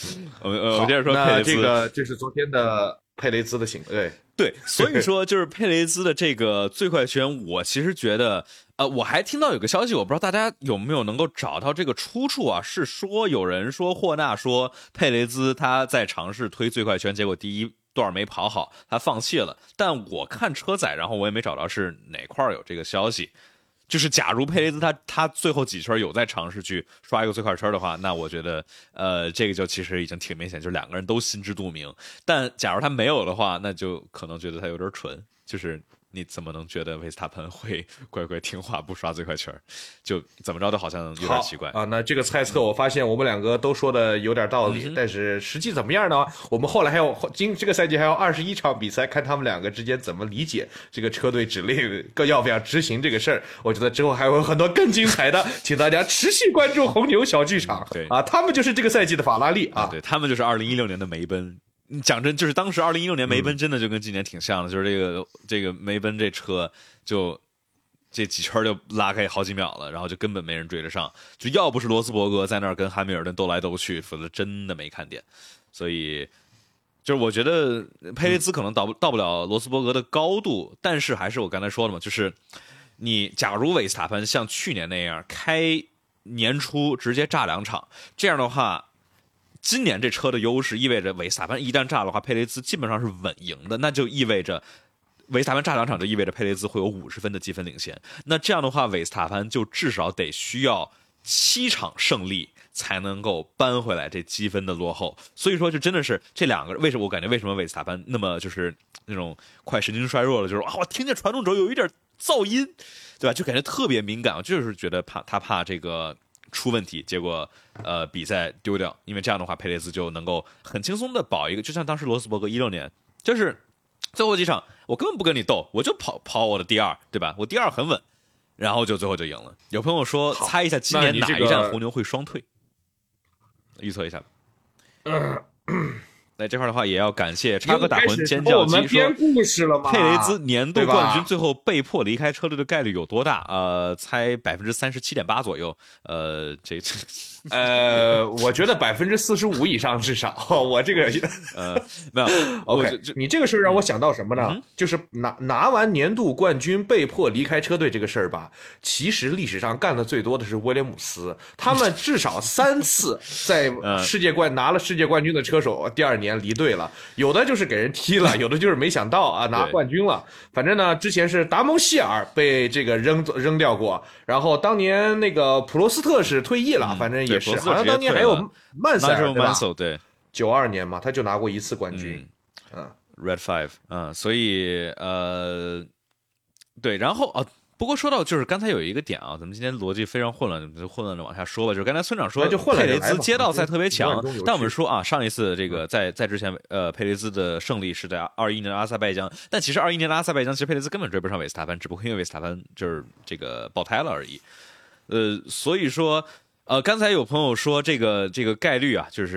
[SPEAKER 1] 我们呃，我接着说佩雷兹，
[SPEAKER 2] 那这个这是昨天的佩雷兹的行对
[SPEAKER 1] 对，所以说就是佩雷兹的这个最快圈，我其实觉得，呃，我还听到有个消息，我不知道大家有没有能够找到这个出处啊？是说有人说霍纳说佩雷兹他在尝试推最快圈，结果第一段没跑好，他放弃了。但我看车载，然后我也没找到是哪块有这个消息。就是假如佩雷兹他他最后几圈有在尝试去刷一个最快圈的话，那我觉得呃这个就其实已经挺明显，就是两个人都心知肚明。但假如他没有的话，那就可能觉得他有点蠢，就是你怎么能觉得维斯塔潘会乖乖听话不刷最快圈，就怎么着都好像有点奇怪
[SPEAKER 2] 啊。那这个猜测我发现我们两个都说的有点道理、嗯、但是实际怎么样呢？我们后来还有今这个赛季还有二十一场比赛，看他们两个之间怎么理解这个车队指令更要不要执行这个事儿。我觉得之后还会有很多更精彩的，请大家持续关注红牛小剧场。
[SPEAKER 1] 对
[SPEAKER 2] 啊，他们就是这个赛季的法拉利啊，
[SPEAKER 1] 啊对，他们就是二零一六年的梅奔。讲真，就是当时二零一六年梅奔真的就跟今年挺像的，嗯、就是这个这个梅奔这车就这几圈就拉开好几秒了，然后就根本没人追得上，就要不是罗斯伯格在那儿跟汉密尔顿斗来斗去，否则真的没看点。所以就是我觉得佩雷兹可能到不到不了罗斯伯格的高度，但是还是我刚才说的嘛，就是你假如维斯塔潘像去年那样开年初直接炸两场，这样的话。今年这车的优势意味着维斯塔潘一旦炸的话，佩雷兹基本上是稳赢的，那就意味着维斯塔潘炸两场就意味着佩雷兹会有五十分的积分领先。那这样的话，维斯塔潘就至少得需要七场胜利才能够扳回来这积分的落后。所以说，就真的是这两个，为什么我感觉为什么维斯塔潘那么就是那种快神经衰弱了，就是啊，我听见传动轴有一点噪音，对吧？就感觉特别敏感，就是觉得怕他怕这个。出问题，结果呃比赛丢掉，因为这样的话佩雷兹就能够很轻松的保一个，就像当时罗斯伯格一六年，就是最后几场我根本不跟你斗，我就跑跑我的第二，对吧？我第二很稳，然后就最后就赢了。有朋友说猜一下今年哪一站红牛会双退，预测一下。呃那这块的话也要感谢插科打诨尖叫鸡说
[SPEAKER 2] 故事了吗？
[SPEAKER 1] 佩雷兹年度冠军最后被迫离开车队的概率有多大？呃，猜百分之三十七点八左右。呃，这
[SPEAKER 2] 呃，我觉得百分之四十五以上至少。我这个
[SPEAKER 1] 呃没有
[SPEAKER 2] OK， 你这个事儿让我想到什么呢？嗯、就是拿拿完年度冠军被迫离开车队这个事儿吧。其实历史上干的最多的是威廉姆斯，他们至少三次在世界冠拿了世界冠军的车手，第二年。年离队了，有的就是给人踢了，有的就是没想到啊拿冠军了。反正呢，之前是达蒙希尔被这个扔扔掉过，然后当年那个普罗斯特是退役了，嗯、反正也是，好像当年还有曼塞尔对吧？
[SPEAKER 1] 对，
[SPEAKER 2] 九二年嘛，他就拿过一次冠军。嗯, 嗯
[SPEAKER 1] ，Red Five， 嗯，所以呃，对，然后啊。不过说到就是刚才有一个点啊，咱们今天逻辑非常混乱，就混乱的往下说吧。就是刚才村长说佩雷兹街道赛特别强，但我们说啊，上一次这个在在之前，呃，佩雷兹的胜利是在二一年的阿塞拜疆，但其实二一年的阿塞拜疆，其实佩雷兹根本追不上维斯塔潘，只不过因为维斯塔潘就是这个爆胎了而已。呃，所以说，呃，刚才有朋友说这个这个概率啊，就是。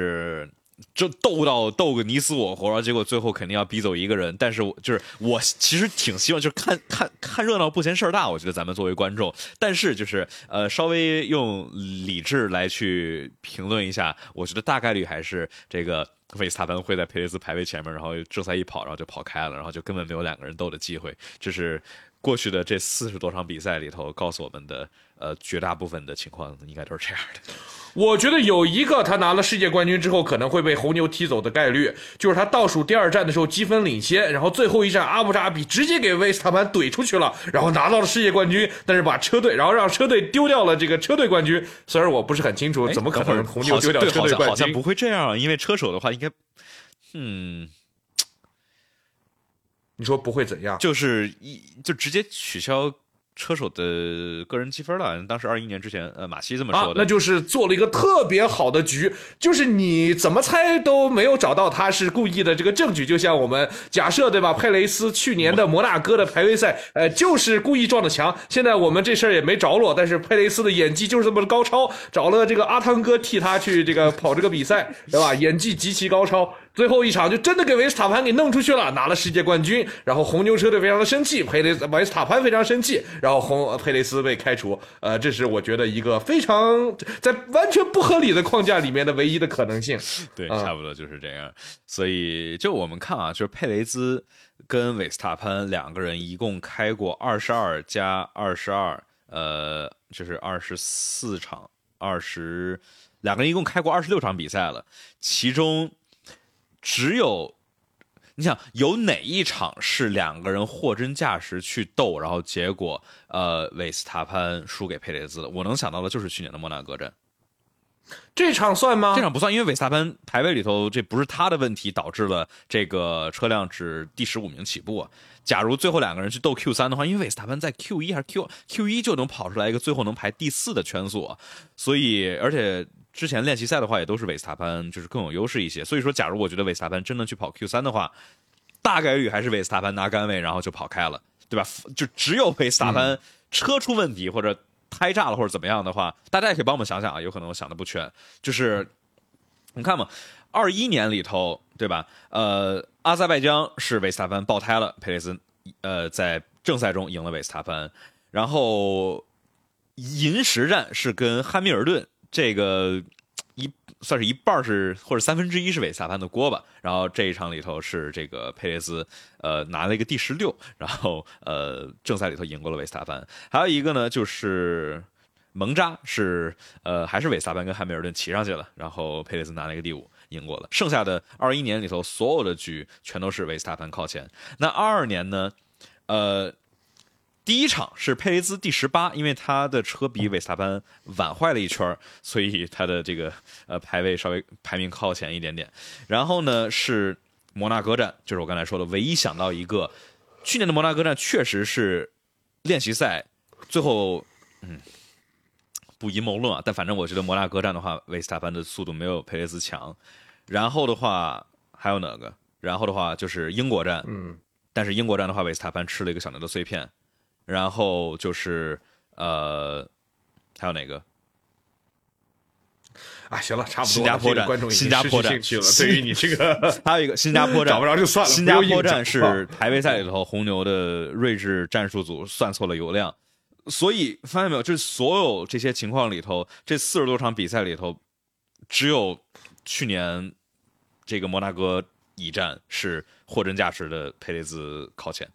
[SPEAKER 1] 就斗到斗个你死我活，然后结果最后肯定要逼走一个人。但是就是我其实挺希望，就是看看看热闹不嫌事儿大。我觉得咱们作为观众，但是就是呃稍微用理智来去评论一下，我觉得大概率还是这个维斯塔潘会在佩雷兹排位前面，然后正赛一跑，然后就跑开了，然后就根本没有两个人斗的机会。这是过去的这四十多场比赛里头告诉我们的，呃，绝大部分的情况应该都是这样的。
[SPEAKER 2] 我觉得有一个他拿了世界冠军之后可能会被红牛踢走的概率，就是他倒数第二站的时候积分领先，然后最后一站阿布扎比直接给维斯塔潘怼出去了，然后拿到了世界冠军，但是把车队，然后让车队丢掉了这个车队冠军。虽然我不是很清楚怎么可能红牛丢掉车队冠军，
[SPEAKER 1] 好像不会这样，因为车手的话应该，嗯，
[SPEAKER 2] 你说不会怎样？
[SPEAKER 1] 就是一就直接取消。车手的个人积分了，当时二一年之前，呃，马西这么说的、
[SPEAKER 2] 啊，那就是做了一个特别好的局，就是你怎么猜都没有找到他是故意的这个证据。就像我们假设对吧，佩雷斯去年的摩纳哥的排位赛，呃，就是故意撞的墙。现在我们这事儿也没着落，但是佩雷斯的演技就是这么的高超，找了这个阿汤哥替他去这个跑这个比赛，对吧？演技极其高超。 最后一场就真的给维斯塔潘给弄出去了，拿了世界冠军。然后红牛车队非常的生气，佩雷维斯塔潘非常生气，然后红佩雷斯被开除。呃，这是我觉得一个非常在完全不合理的框架里面的唯一的可能性。
[SPEAKER 1] 对，差不多就是这样。所以就我们看啊，就是佩雷兹跟维斯塔潘两个人一共开过二十二加二十二，呃，就是二十四场，二十两个人一共开过二十六场比赛了，其中只有你想有哪一场是两个人货真价实去斗，然后结果呃维斯塔潘输给佩雷兹的？我能想到的就是去年的摩纳哥站。
[SPEAKER 2] 这场算吗？
[SPEAKER 1] 这场不算，因为维斯塔潘排位里头这不是他的问题导致了这个车辆只第十五名起步啊。假如最后两个人去斗 Q 三 的话，因为维斯塔潘在 Q 一 还是 Q Q 一就能跑出来一个最后能排第四的圈速啊，所以而且之前练习赛的话也都是维斯塔潘就是更有优势一些，所以说假如我觉得维斯塔潘真的去跑 Q 三 的话，大概率还是维斯塔潘拿杆位然后就跑开了，对吧？就只有维斯塔潘车出问题或者胎炸了或者怎么样的话，大家也可以帮我们想想啊，有可能我想的不全。就是你看嘛，二一年里头，对吧？呃，阿塞拜疆是维斯塔潘爆胎了，佩雷兹呃在正赛中赢了维斯塔潘，然后银石站是跟汉密尔顿，这个一算是一半是或者三分之一是维斯塔潘的锅吧。然后这一场里头是这个佩雷兹呃拿了一个第十六，然后呃正赛里头赢过了维斯塔潘。还有一个呢就是蒙扎是呃还是维斯塔潘跟汉密尔顿骑上去了，然后佩雷兹拿了一个第五赢过了。剩下的二一年里头所有的局全都是维斯塔潘靠前。那二二年呢，呃。第一场是佩雷兹第十八，因为他的车比维斯塔潘晚坏了一圈，所以他的这个呃排位稍微排名靠前一点点。然后呢是摩纳哥站，就是我刚才说的，唯一想到一个，去年的摩纳哥站确实是练习赛最后，嗯，不阴谋论啊，但反正我觉得摩纳哥站的话，维斯塔潘的速度没有佩雷兹强。然后的话还有哪个？然后的话就是英国站，
[SPEAKER 2] 嗯，
[SPEAKER 1] 但是英国站的话，维斯塔潘吃了一个小牛的碎片。然后就是呃，还有哪个？
[SPEAKER 2] 啊，行了，差不多了。
[SPEAKER 1] 新加坡站，
[SPEAKER 2] 观众已经
[SPEAKER 1] 新加坡站
[SPEAKER 2] 失去兴趣了。对于你这个，
[SPEAKER 1] 还有一个新加坡站，
[SPEAKER 2] 找不着就算了。
[SPEAKER 1] 新加坡站是排位赛里头红牛的睿智战术组算错了油量，所以发现没有，就是所有这些情况里头，这四十多场比赛里头，只有去年这个摩纳哥一站是货真价实的佩雷兹靠前。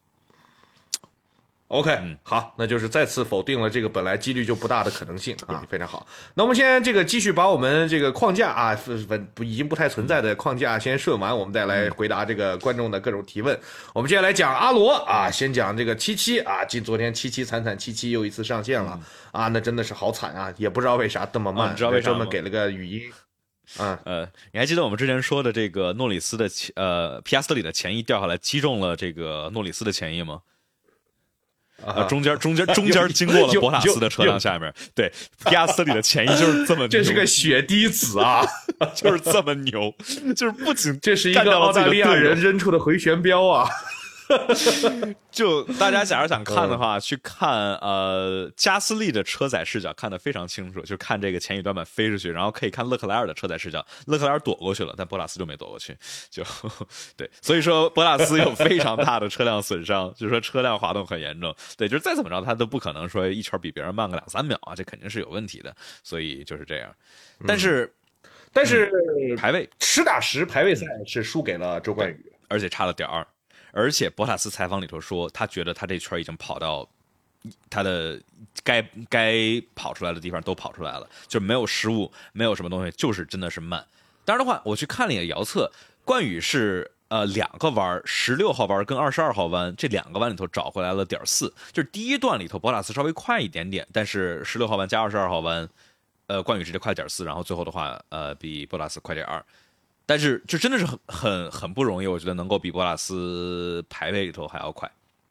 [SPEAKER 2] OK，、
[SPEAKER 1] 嗯、
[SPEAKER 2] 好，那就是再次否定了这个本来几率就不大的可能性啊，非常好。那我们先这个继续把我们这个框架啊，不已经不太存在的框架先顺完，我们再来回答这个观众的各种提问。我们接下来讲阿罗啊，先讲这个七七啊，今昨天七七惨惨七七又一次上线了、嗯、啊，那真的是好惨啊，也不知道为啥这么慢，
[SPEAKER 1] 啊、你知道为啥吗？
[SPEAKER 2] 专门给了个语音。嗯
[SPEAKER 1] 呃，你还记得我们之前说的这个诺里斯的呃皮亚斯特里的前翼掉下来击中了这个诺里斯的前翼吗？啊，中间中间中间经过了博塔斯的车辆下面，对，皮亚斯特里的前翼就是这么牛，
[SPEAKER 2] 这是个血滴子啊，
[SPEAKER 1] 就是这么牛，就是不仅
[SPEAKER 2] 这是一个澳大利亚人扔出的回旋镖啊。
[SPEAKER 1] 就大家假如想看的话，嗯、去看呃加斯利的车载视角看得非常清楚，就看这个前翼短板飞出去，然后可以看勒克莱尔的车载视角，勒克莱尔躲过去了，但博塔斯就没躲过去，就对，所以说博塔斯有非常大的车辆损伤，就是说车辆滑动很严重，对，就是再怎么着他都不可能说一圈比别人慢个两三秒啊，这肯定是有问题的，所以就是这样。但是、
[SPEAKER 2] 嗯、但是、
[SPEAKER 1] 嗯、排位
[SPEAKER 2] 实打实排位赛是输给了周冠宇，
[SPEAKER 1] 而且差了点二。而且博塔斯采访里头说，他觉得他这圈已经跑到他的该该跑出来的地方都跑出来了，就是没有失误，没有什么东西，就是真的是慢。当然的话，我去看了一眼遥测，冠宇是呃两个弯，十六号弯跟二十二号弯这两个弯里头找回来了点四，就是第一段里头博塔斯稍微快一点点，但是十六号弯加二十二号弯，呃冠宇直接快点四，然后最后的话呃比博塔斯快点二。但是这真的是很很很不容易，我觉得能够比博塔斯排位里头还要快。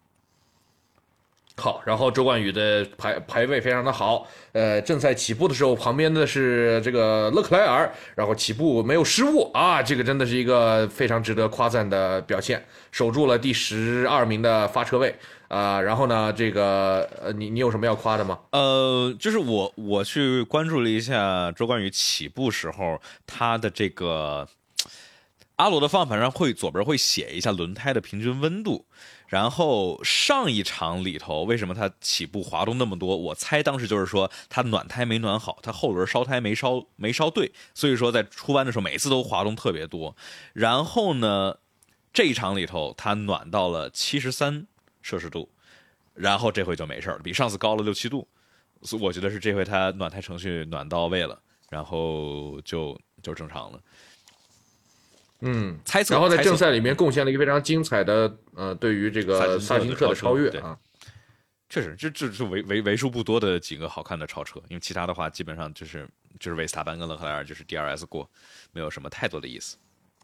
[SPEAKER 2] 好，然后周冠宇的排排位非常的好，呃，正赛起步的时候，旁边的是这个勒克莱尔，然后起步没有失误啊，这个真的是一个非常值得夸赞的表现，守住了第十二名的发车位啊、呃。然后呢，这个呃，你你有什么要夸的吗？
[SPEAKER 1] 呃，就是我我去关注了一下周冠宇起步时候他的这个。 阿罗的方向盘上会左边会写一下轮胎的平均温度。然后上一场里头，为什么它起步滑动那么多？我猜当时就是说它暖胎没暖好，它后轮烧胎没烧没烧对，所以说在出弯的时候每次都滑动特别多。然后呢，这一场里头它暖到了七十三摄氏度，然后这回就没事了，比上次高了六七度。所以我觉得是这回它暖胎程序暖到位了，然后就就正常了。
[SPEAKER 2] 嗯，
[SPEAKER 1] 猜测。
[SPEAKER 2] 然后在正赛里面贡献了一个非常精彩的，呃，对于这个萨金特的超越啊，
[SPEAKER 1] 确实，这这是为为为数不多的几个好看的超车，因为其他的话基本上就是就是维斯塔潘跟勒克莱尔就是 D R S 过，没有什么太多的意思。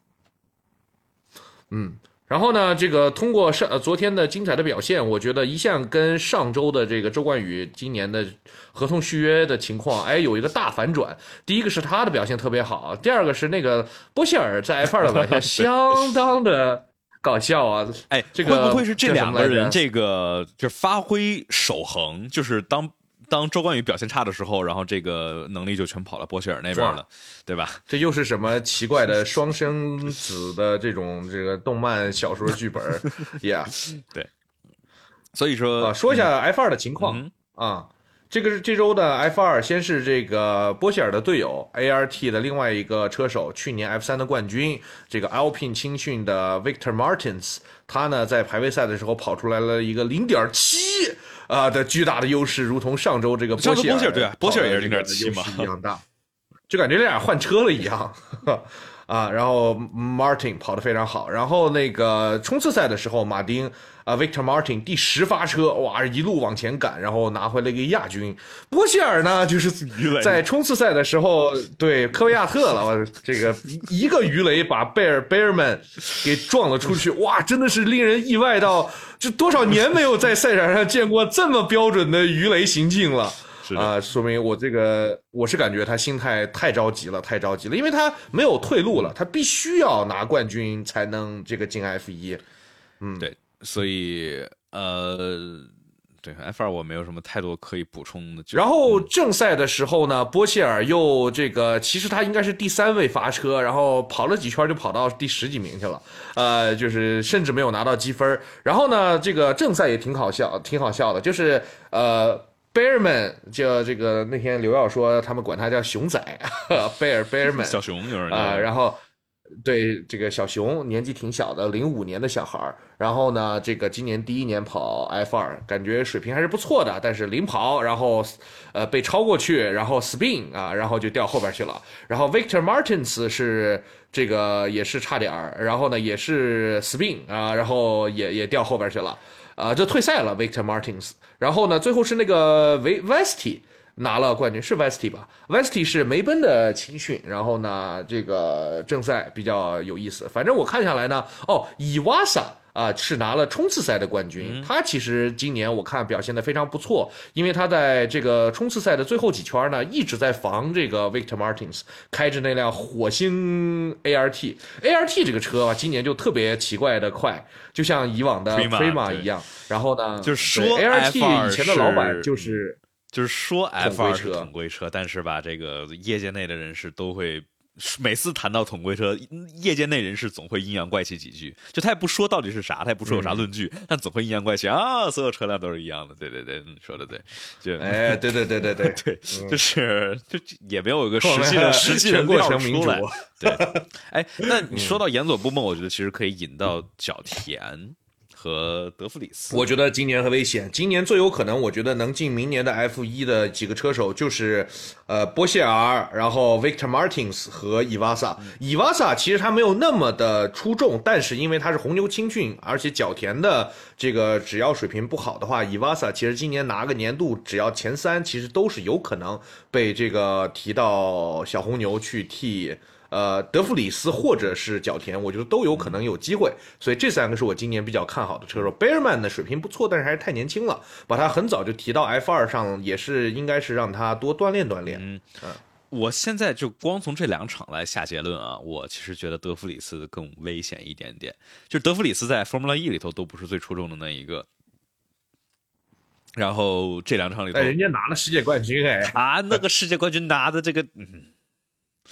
[SPEAKER 2] 嗯。然后呢，这个通过上、呃、昨天的精彩的表现，我觉得一向跟上周的这个周冠宇今年的合同续约的情况，哎，有一个大反转。第一个是他的表现特别好，第二个是那个波希尔在 F 二 的表现相当的搞笑啊！
[SPEAKER 1] 哎，
[SPEAKER 2] 这个
[SPEAKER 1] 会不会是这两个人这个就是发挥守恒，就是当。当周冠宇表现差的时候，然后这个能力就全跑到波希尔那边了，对吧？
[SPEAKER 2] 这又是什么奇怪的双生子的这种这个动漫小说剧本？Yeah，
[SPEAKER 1] 对。所以说，
[SPEAKER 2] 啊，说一下 F 二 的情况、嗯、啊。这个是这周的 F 二，先是这个波希尔的队友 A R T 的另外一个车手，去年 F 三 的冠军，这个 Alpine 青训的 Victor Martins， 他呢在排位赛的时候跑出来了一个 零点七。啊的巨大的优势，如同上周这个波希尔，
[SPEAKER 1] 对啊，波希尔也是零点七嘛，
[SPEAKER 2] 一样大，就感觉这俩换车了一样啊。然后 Martin 跑得非常好，然后那个冲刺赛的时候，马丁啊 Victor Martin 第十发车，哇，一路往前赶，然后拿回了一个亚军。波希尔呢，就是在冲刺赛的时候对科维亚特了，这个一个鱼雷把贝尔贝尔曼给撞了出去，哇，真的是令人意外到。就多少年没有在赛场上见过这么标准的鱼雷行径了啊、呃！说明我这个我是感觉他心态太着急了，太着急了，因为他没有退路了，他必须要拿冠军才能这个进 F 一。嗯，
[SPEAKER 1] 对，所以呃。对 F 二 我没有什么太多可以补充的。
[SPEAKER 2] 然后正赛的时候呢，波希尔又这个，其实他应该是第三位发车，然后跑了几圈就跑到第十几名去了，呃，就是甚至没有拿到积分。然后呢，这个正赛也挺好笑，挺好笑的，就是呃，贝尔曼就这个那天刘耀说他们管他叫熊仔，贝尔贝尔曼
[SPEAKER 1] 小熊有人
[SPEAKER 2] 啊、呃，然后。对这个小熊年纪挺小的，零五年的小孩儿，然后呢，这个今年第一年跑 F 二，感觉水平还是不错的，但是领跑，然后呃被超过去，然后 spin 啊，然后就掉后边去了。然后 Victor Martins 是这个也是差点儿，然后呢也是 spin 啊，然后也也掉后边去了，啊、呃，就退赛了 Victor Martins。然后呢，最后是那个维 Vesti。拿了冠军是 Vesti 吧 ？Vesti 是梅奔的青训，然后呢，这个正赛比较有意思。反正我看下来呢，哦，伊瓦萨啊是拿了冲刺赛的冠军。嗯、他其实今年我看表现得非常不错，因为他在这个冲刺赛的最后几圈呢，一直在防这个 Victor Martins， 开着那辆火星 A R T。A R T 这个车啊，今年就特别奇怪的快，就像以往的 Prima 一样。然后呢，
[SPEAKER 1] 就是说
[SPEAKER 2] A R T 以前的老板就是。
[SPEAKER 1] 就是说 F 二 是统规车，但是吧，这个业界内的人士都会每次谈到统规车，业界内人士总会阴阳怪气几句。就他也不说到底是啥，他也不说有啥论据，嗯、但总会阴阳怪气啊，所有车辆都是一样的。对对对，说的对，就
[SPEAKER 2] 哎，对对对对对
[SPEAKER 1] 对，嗯、就是就也没有一个实际的实际的料出来。对，哎，那你说到岩佐布梦，我觉得其实可以引到角田。和德弗里斯，
[SPEAKER 2] 我觉得今年很危险。今年最有可能，我觉得能进明年的 F 一 的几个车手就是，呃，波希尔，然后 Victor Martins 和伊瓦萨。伊瓦萨其实他没有那么的出众，但是因为他是红牛青训，而且角田的这个只要水平不好的话，伊瓦萨其实今年拿个年度只要前三，其实都是有可能被这个提到小红牛去替。呃，德弗里斯或者是角田，我觉得都有可能有机会，所以这三个是我今年比较看好的车手。贝尔曼的水平不错，但是还是太年轻了，把他很早就提到 F 二 上，也是应该是让他多锻炼锻炼。
[SPEAKER 1] 嗯，嗯我现在就光从这两场来下结论啊，我其实觉得德弗里斯更危险一点点。就德弗里斯在 Formula E 里头都不是最出众的那一个。然后这两场里头，
[SPEAKER 2] 哎，人家拿了世界冠军哎，
[SPEAKER 1] 啊，那个世界冠军拿的这个，嗯。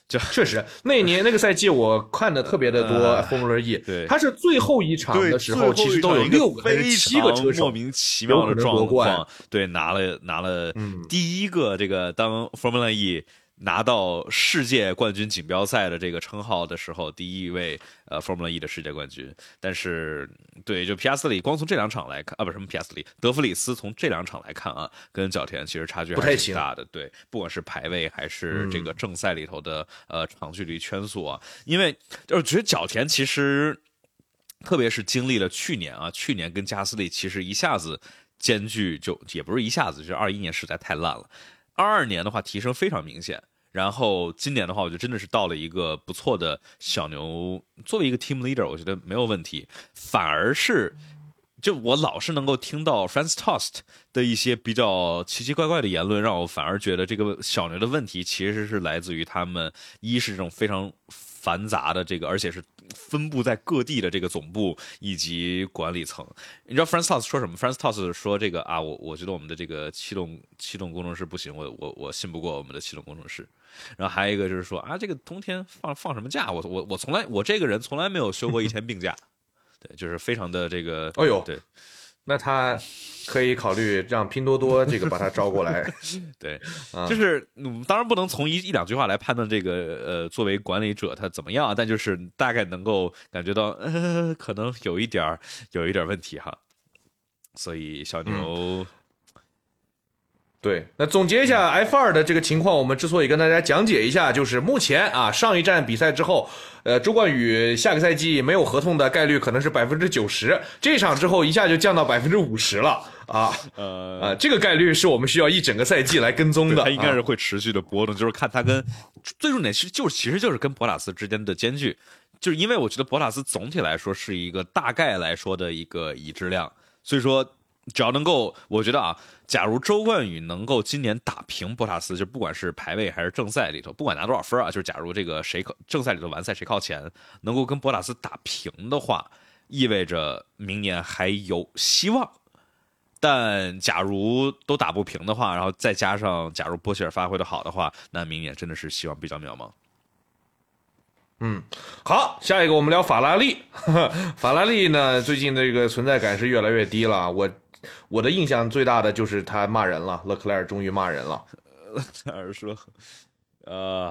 [SPEAKER 1] 就
[SPEAKER 2] 确实，那年那个赛季我看的特别的多 Formula E，
[SPEAKER 1] 对，
[SPEAKER 2] 它是最后一场的时候，其实都有六个还是七个车手
[SPEAKER 1] 莫名其妙的状况，对，拿了拿了第一个这个当 Formula E 拿到世界冠军锦标赛的这个称号的时候，第一位呃 Formula E 的世界冠军。但是对，就皮亚斯里光从这两场来看啊，不是什么皮亚斯里，德弗里斯从这两场来看啊，跟角田其实差距还是挺大的。对，不管是排位还是这个正赛里头的、嗯、呃长距离圈速啊，因为我觉得角田其实特别是经历了去年啊，去年跟加斯利其实一下子间距就也不是一下子，就是二一年实在太烂了。二二年的话提升非常明显，然后今年的话，我觉得真的是到了一个不错的小牛，作为一个 team leader， 我觉得没有问题。反而是，就我老是能够听到 Franz Tost 的一些比较奇奇怪怪的言论，让我反而觉得这个小牛的问题其实是来自于他们一是这种非常繁杂的这个，而且是分布在各地的这个总部以及管理层。你知道 Franz Tost 说什么 ？Franz Tost 说这个啊，我我觉得我们的这个气动气动工程师不行，我我我信不过我们的气动工程师。然后还有一个就是说啊，这个冬天放放什么假？我我我从来我这个人从来没有休过一天病假。对，就是非常的这个，
[SPEAKER 2] 哎呦，
[SPEAKER 1] 对，
[SPEAKER 2] 那他可以考虑让拼多多这个把他招过来。
[SPEAKER 1] 对，就是嗯，当然不能从一一两句话来判断这个呃，作为管理者他怎么样，但就是大概能够感觉到，呃，可能有一点有一点问题哈。所以小牛。
[SPEAKER 2] 嗯对，那总结一下 F 二 的这个情况，我们之所以跟大家讲解一下，就是目前啊，上一站比赛之后，呃，周冠宇下个赛季没有合同的概率可能是百分之九十，这场之后一下就降到百分之五十了啊，呃啊，这个概率是我们需要一整个赛季来跟踪的，
[SPEAKER 1] 它应该是会持续的波动，啊、就是看它跟最重点其实就是其实就是跟博塔斯之间的间距，就是因为我觉得博塔斯总体来说是一个大概来说的一个已知量，所以说。只要能够，我觉得啊，假如周冠宇能够今年打平博塔斯，就不管是排位还是正赛里头，不管拿多少分啊，就是假如这个谁正赛里头完赛谁靠前，能够跟博塔斯打平的话，意味着明年还有希望。但假如都打不平的话，然后再加上假如波切尔发挥的好的话，那明年真的是希望比较渺茫。
[SPEAKER 2] 嗯，好，下一个我们聊法拉利。法拉利呢，最近这个存在感是越来越低了。我我的印象最大的就是他骂人了，勒克莱尔终于骂人了。
[SPEAKER 1] 勒克莱尔说：“呃，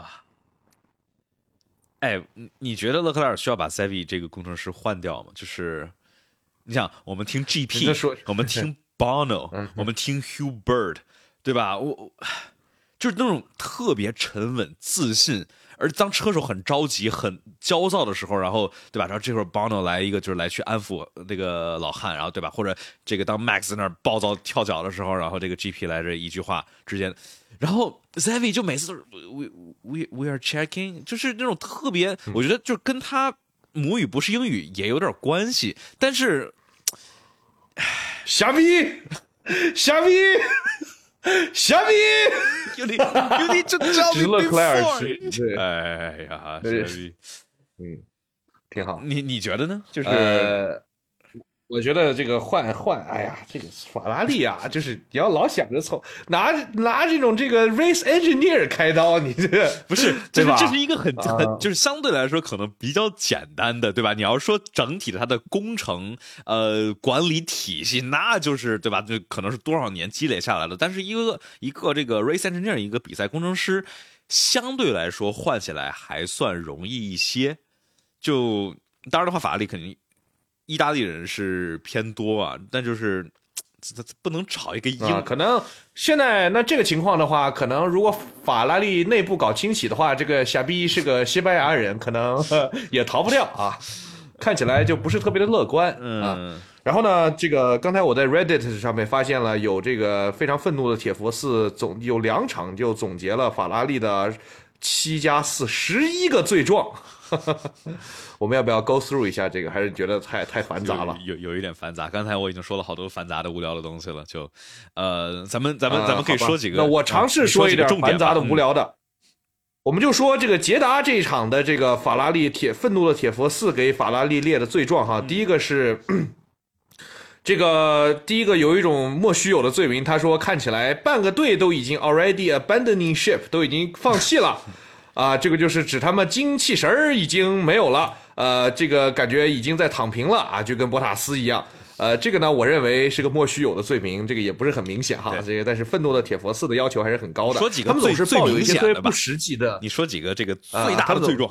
[SPEAKER 1] 哎，你觉得勒克莱尔需要把 Sevi 这个工程师换掉吗？就是你想，我们听 G P， 我们听 Bono， 我们听 Hugh Bird， 对吧？我就是那种特别沉稳、自信。”而当车手很着急、很焦躁的时候，然后对吧？然后这会儿 Bono 来一个，就是来去安抚那个老汉，然后对吧？或者这个当 Max 在那儿暴躁跳脚的时候，然后这个 G P 来这一句话之间，然后 Xavi 就每次都是 we we we are checking， 就是那种特别，我觉得就是跟他母语不是英语也有点关系，但是
[SPEAKER 2] 瞎逼，瞎逼。虾米
[SPEAKER 1] ，you need you need to tell me
[SPEAKER 2] before。
[SPEAKER 1] 哎呀，虾米，
[SPEAKER 2] 嗯，挺好。
[SPEAKER 1] 你你觉得呢？就是、
[SPEAKER 2] 呃，我觉得这个换换，哎呀，这个法拉利啊，就是你要老想着从拿拿这种这个 race engineer 开刀，你这个
[SPEAKER 1] 不是，这
[SPEAKER 2] 是
[SPEAKER 1] 这是一个很很、啊、就是相对来说可能比较简单的，对吧？你要说整体的它的工程呃管理体系，那就是对吧？就可能是多少年积累下来的。但是一个一个这个 race engineer 一个比赛工程师，相对来说换起来还算容易一些。就当然的话，法拉利肯定。意大利人是偏多啊，但就是不能找一个英、
[SPEAKER 2] 啊，可能现在那这个情况的话，可能如果法拉利内部搞清洗的话，这个夏比是个西班牙人，可能也逃不掉啊，看起来就不是特别的乐观啊。
[SPEAKER 1] 嗯、
[SPEAKER 2] 然后呢，这个刚才我在 Reddit 上面发现了有这个非常愤怒的铁佛寺总有两场就总结了法拉利的七加四十一个罪状。我们要不要 go through 一下这个？还是觉得太太繁杂了？
[SPEAKER 1] 有有, 有一点繁杂。刚才我已经说了好多繁杂的、无聊的东西了，就呃，咱们咱们、呃、咱们可以说几个。
[SPEAKER 2] 那我尝试说一点繁杂的、无聊的。嗯、我们就说这个捷达这一场的这个法拉利铁愤怒的铁佛寺给法拉利列的罪状哈，嗯、第一个是。这个第一个有一种莫须有的罪名，他说看起来半个队都已经 already abandoning ship， 都已经放弃了。 啊，这个就是指他们精气神儿已经没有了，呃，这个感觉已经在躺平了啊，就跟博塔斯一样。呃，这个呢，我认为是个莫须有的罪名，这个也不是很明显哈。这个，但是愤怒的铁佛寺的要求还是很高的。
[SPEAKER 1] 说几个
[SPEAKER 2] 他们总是抱有一些
[SPEAKER 1] 最
[SPEAKER 2] 不实际的。
[SPEAKER 1] 你说几个这个最大的罪状？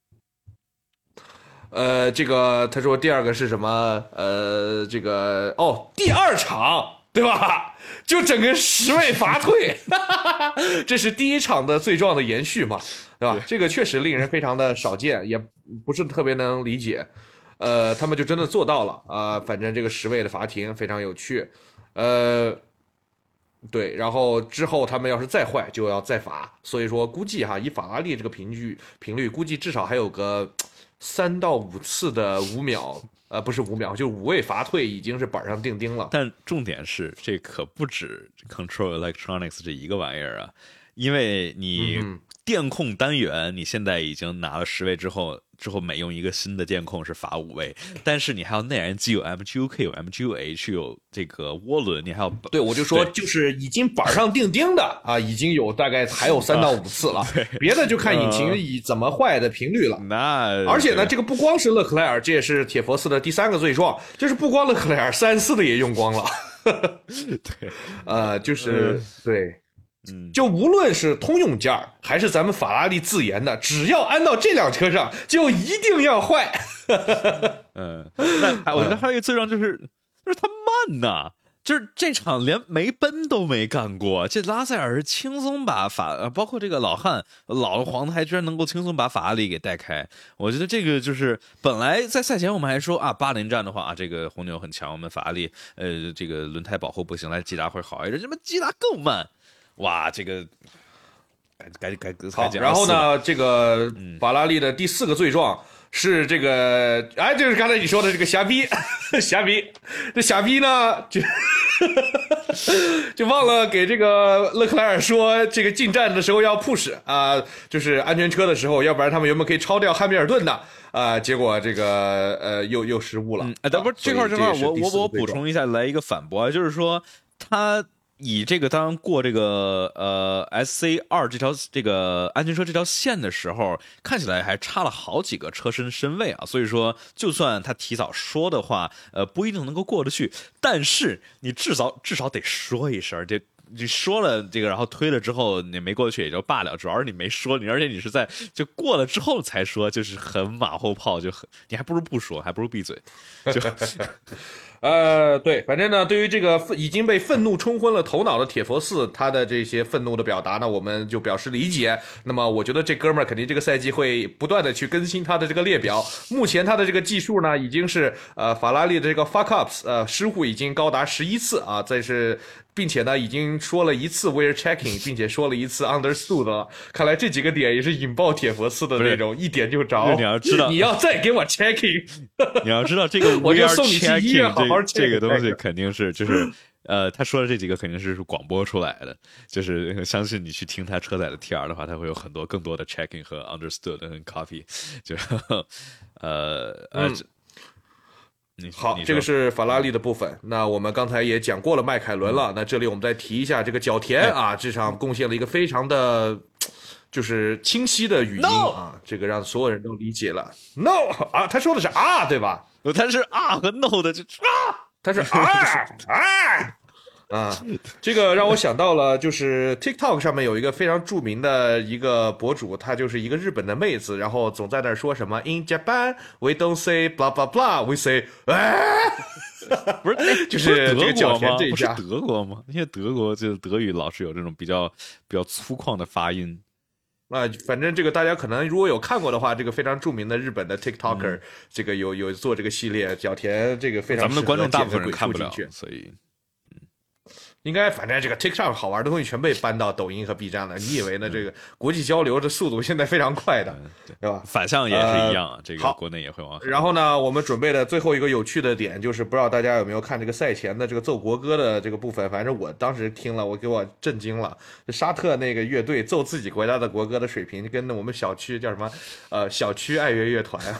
[SPEAKER 2] 呃，这个他说第二个是什么？呃，这个哦，第二场对吧？就整个十位罚退，这是第一场的罪状的延续嘛，对吧？对，这个确实令人非常的少见，也不是特别能理解。呃，他们就真的做到了啊、呃！反正这个十位的罚停非常有趣，呃，对，然后之后他们要是再坏就要再罚，所以说估计哈，以法拉利这个频率频率，估计至少还有个三到五次的五秒，呃，不是五秒，就五位罚退已经是板上钉钉了。
[SPEAKER 1] 但重点是，这可不止 Control Electronics 这一个玩意儿啊，因为你电控单元你现在已经拿了十位之后。之后每用一个新的电控是罚五位，但是你还有内燃机，有 M G U K， 有 M G U H， 有这个涡轮，你还有
[SPEAKER 2] 对，我就说就是已经板上钉钉的啊，已经有大概还有三到五次了，啊、别的就看引擎以怎么坏的频率了。
[SPEAKER 1] 那
[SPEAKER 2] 而且呢，这个不光是勒克莱尔，这也是铁佛寺的第三个罪状，就是不光勒克莱尔，塞恩斯的也用光了。
[SPEAKER 1] 对，
[SPEAKER 2] 呃，就是对。
[SPEAKER 1] 嗯，
[SPEAKER 2] 就无论是通用件还是咱们法拉利自研的，只要安到这辆车上，就一定要坏。
[SPEAKER 1] 嗯，那我觉得还有一个罪状就是，就是他慢呐，就是这场连梅奔都没干过，这拉塞尔是轻松把法，包括这个老汉老黄还居然能够轻松把法拉利给带开。我觉得这个就是本来在赛前我们还说啊，巴林站的话啊，这个红牛很强，我们法拉利呃这个轮胎保护不行，来吉达会好一点，这么吉达更慢。哇，这个该该该
[SPEAKER 2] 好，然后呢，这个法拉利的第四个罪状是这个，哎，就是刚才你说的这个瞎逼，瞎逼，这瞎逼呢，就就忘了给这个勒克莱尔说，这个进站的时候要 push 啊、呃，就是安全车的时候，要不然他们原本可以超掉汉密尔顿的。啊、呃，结果这个呃又又失误了。
[SPEAKER 1] 嗯，等会儿这块这块我我我补充一下，来一个反驳，就是说他。以这个当然过这个呃 S C 二 这条这个安全车这条线的时候，看起来还差了好几个车身身位啊，所以说就算他提早说的话，呃不一定能够过得去，但是你至少至少得说一声，这你说了这个，然后推了之后你没过去也就罢了，主要是你没说，你而且你是在就过了之后才说，就是很马后炮，就很你还不如不说，还不如闭嘴，就。
[SPEAKER 2] 呃，对，反正呢，对于这个已经被愤怒冲昏了头脑的铁佛寺，他的这些愤怒的表达呢，我们就表示理解。那么，我觉得这哥们儿肯定这个赛季会不断的去更新他的这个列表。目前他的这个技术呢，已经是呃法拉利的这个 fuck ups， 呃失误已经高达十一次啊，这是。并且呢，已经说了一次 we're checking， 并且说了一次 understood 了。看来这几个点也是引爆铁佛寺的那种，一点就着。
[SPEAKER 1] 你要知道，
[SPEAKER 2] 你要再给我 checking，
[SPEAKER 1] 你要知道这个
[SPEAKER 2] 我就送你去医院好好
[SPEAKER 1] check 这个东西肯定是就是呃，他说的这几个肯定是广播出来的，就是相信你去听他车载的 T R 的话，他会有很多更多的 checking 和 understood 和 copy， 就呃呃。嗯
[SPEAKER 2] 好，这个是法拉利的部分。那我们刚才也讲过了迈凯伦了，嗯、那这里我们再提一下这个角田啊，这场贡献了一个非常的，就是清晰的语音
[SPEAKER 1] no!
[SPEAKER 2] 啊，这个让所有人都理解了。No 啊，他说的是啊，对吧？
[SPEAKER 1] 他是啊和 no 的，就啊，
[SPEAKER 2] 他是啊啊。啊，这个让我想到了，就是 TikTok 上面有一个非常著名的一个博主，她就是一个日本的妹子，然后总在那说什么 In Japan we don't say blah blah blah we say 哎，
[SPEAKER 1] 不是，
[SPEAKER 2] 就是这个角田这一
[SPEAKER 1] 家，不是德国吗？因为德国就德语老是有这种比较比较粗犷的发音。
[SPEAKER 2] 啊，反正这个大家可能如果有看过的话，这个非常著名的日本的 TikToker，、嗯、这个有有做这个系列，角田这个非常
[SPEAKER 1] 咱们的观众大部分人看不了，所以。
[SPEAKER 2] 应该，反正这个 TikTok 好玩的东西全被搬到抖音和 B 站了。你以为呢？这个国际交流的速度现在非常快的，对吧？
[SPEAKER 1] 反向也是一样，呃、这个国内也会往。
[SPEAKER 2] 然后呢，我们准备的最后一个有趣的点就是，不知道大家有没有看这个赛前的这个奏国歌的这个部分？反正我当时听了，我给我震惊了。沙特那个乐队奏自己国家的国歌的水平，跟我们小区叫什么？呃，小区爱乐乐团啊，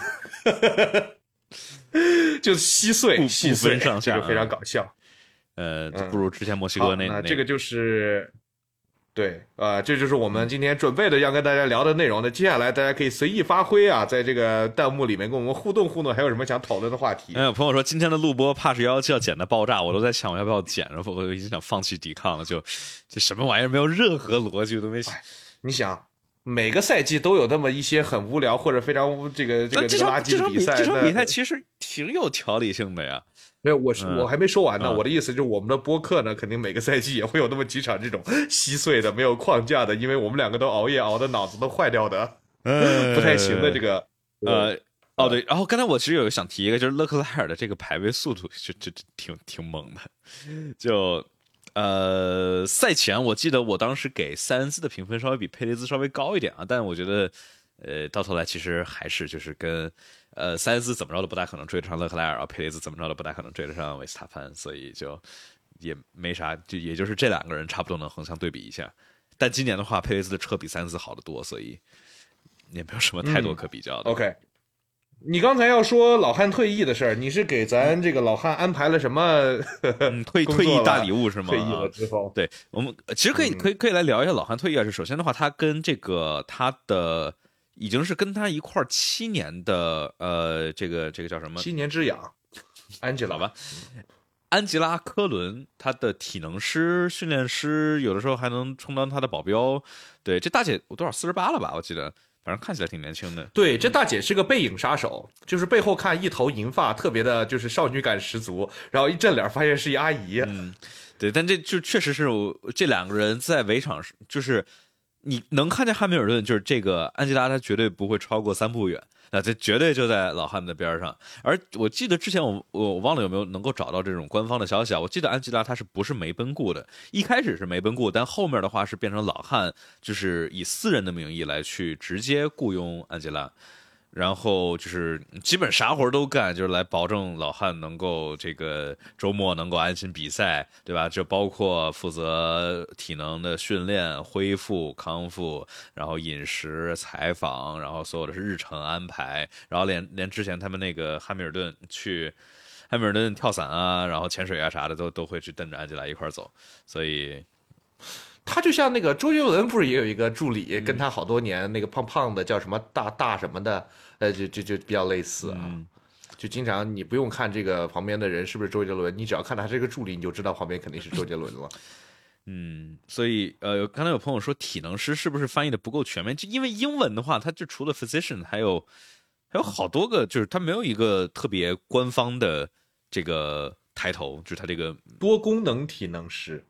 [SPEAKER 2] 就稀碎稀碎
[SPEAKER 1] 上下，
[SPEAKER 2] 这个非常搞笑。
[SPEAKER 1] 呃，不如之前墨西哥那、
[SPEAKER 2] 嗯、那这个就是对，啊、呃，这就是我们今天准备的要跟大家聊的内容。那接下来大家可以随意发挥啊，在这个弹幕里面跟我们互动互动，还有什么想讨论的话题？
[SPEAKER 1] 哎，有朋友说今天的录播怕是幺幺七要剪的爆炸，我都在想我要不要剪，然后我已经想放弃抵抗了，就这什么玩意儿没有任何逻辑，我都没想。
[SPEAKER 2] 你想。每个赛季都有那么一些很无聊或者非常这个这个这个垃圾的比赛，
[SPEAKER 1] 这场比赛其实挺有条理性的呀。
[SPEAKER 2] 没有，我是、嗯、我还没说完呢、嗯。我的意思就是，我们的播客呢，肯定每个赛季也会有那么几场这种稀碎的、没有框架的，因为我们两个都熬夜熬的脑子都坏掉的，嗯、不太行的这个。
[SPEAKER 1] 呃，哦对，然后刚才我其实有想提一个，就是勒克莱尔的这个排位速度，就就挺挺猛的，就。呃，赛前我记得我当时给塞恩斯的评分稍微比佩雷兹稍微高一点啊，但我觉得，呃，到头来其实还是就是跟呃塞恩斯怎么着都不大可能追得上勒克莱尔，然后佩雷兹怎么着都不大可能追得上维斯塔潘，所以就也没啥，就也就是这两个人差不多能横向对比一下。但今年的话，佩雷兹的车比塞恩斯好得多，所以也没有什么太多可比较的。
[SPEAKER 2] 嗯、OK。你刚才要说老汉退役的事儿，你是给咱这个老汉安排了什么、
[SPEAKER 1] 嗯、退退役大礼物是吗？
[SPEAKER 2] 退役了之后，
[SPEAKER 1] 对，我们其实可以、嗯、可以可以来聊一下老汉退役啊。是首先的话，他跟这个他的已经是跟他一块七年的呃，这个这个叫什么？
[SPEAKER 2] 七年之痒，安吉拉
[SPEAKER 1] 吧，安吉拉科伦，他的体能师、训练师，有的时候还能充当他的保镖。对，这大姐多少四十八了吧？我记得。反正看起来挺年轻的。
[SPEAKER 2] 对，这大姐是个背影杀手，就是背后看一头银发，特别的就是少女感十足，然后一正脸发现是一阿姨。
[SPEAKER 1] 嗯，对，但这就确实是这两个人在围场，就是你能看见汉密尔顿，就是这个安吉拉，他绝对不会超过三步远。那这绝对就在老汉的边上，而我记得之前我我忘了有没有能够找到这种官方的消息啊？我记得安吉拉他是不是梅奔固的？一开始是梅奔固，但后面的话是变成老汉，就是以私人的名义来去直接雇佣安吉拉，然后就是基本啥活都干，就是来保证老汉能够这个周末能够安心比赛，对吧？就包括负责体能的训练、恢复、康复，然后饮食、采访，然后所有的是日程安排，然后连连之前他们那个汉密尔顿去汉密尔顿跳伞啊，然后潜水啊啥的，都都会去跟着安吉拉一块走，所以。
[SPEAKER 2] 他就像那个周杰伦，不是也有一个助理，跟他好多年，那个胖胖的叫什么大大什么的，呃，就就就比较类似啊。嗯、就经常你不用看这个旁边的人是不是周杰伦，你只要看他这个助理，你就知道旁边肯定是周杰伦了。
[SPEAKER 1] 嗯，所以呃，刚才有朋友说体能师是不是翻译的不够全面？就因为英文的话，它就除了 physician， 还有还有好多个，就是它没有一个特别官方的这个抬头，就是它这个
[SPEAKER 2] 多功能体能师。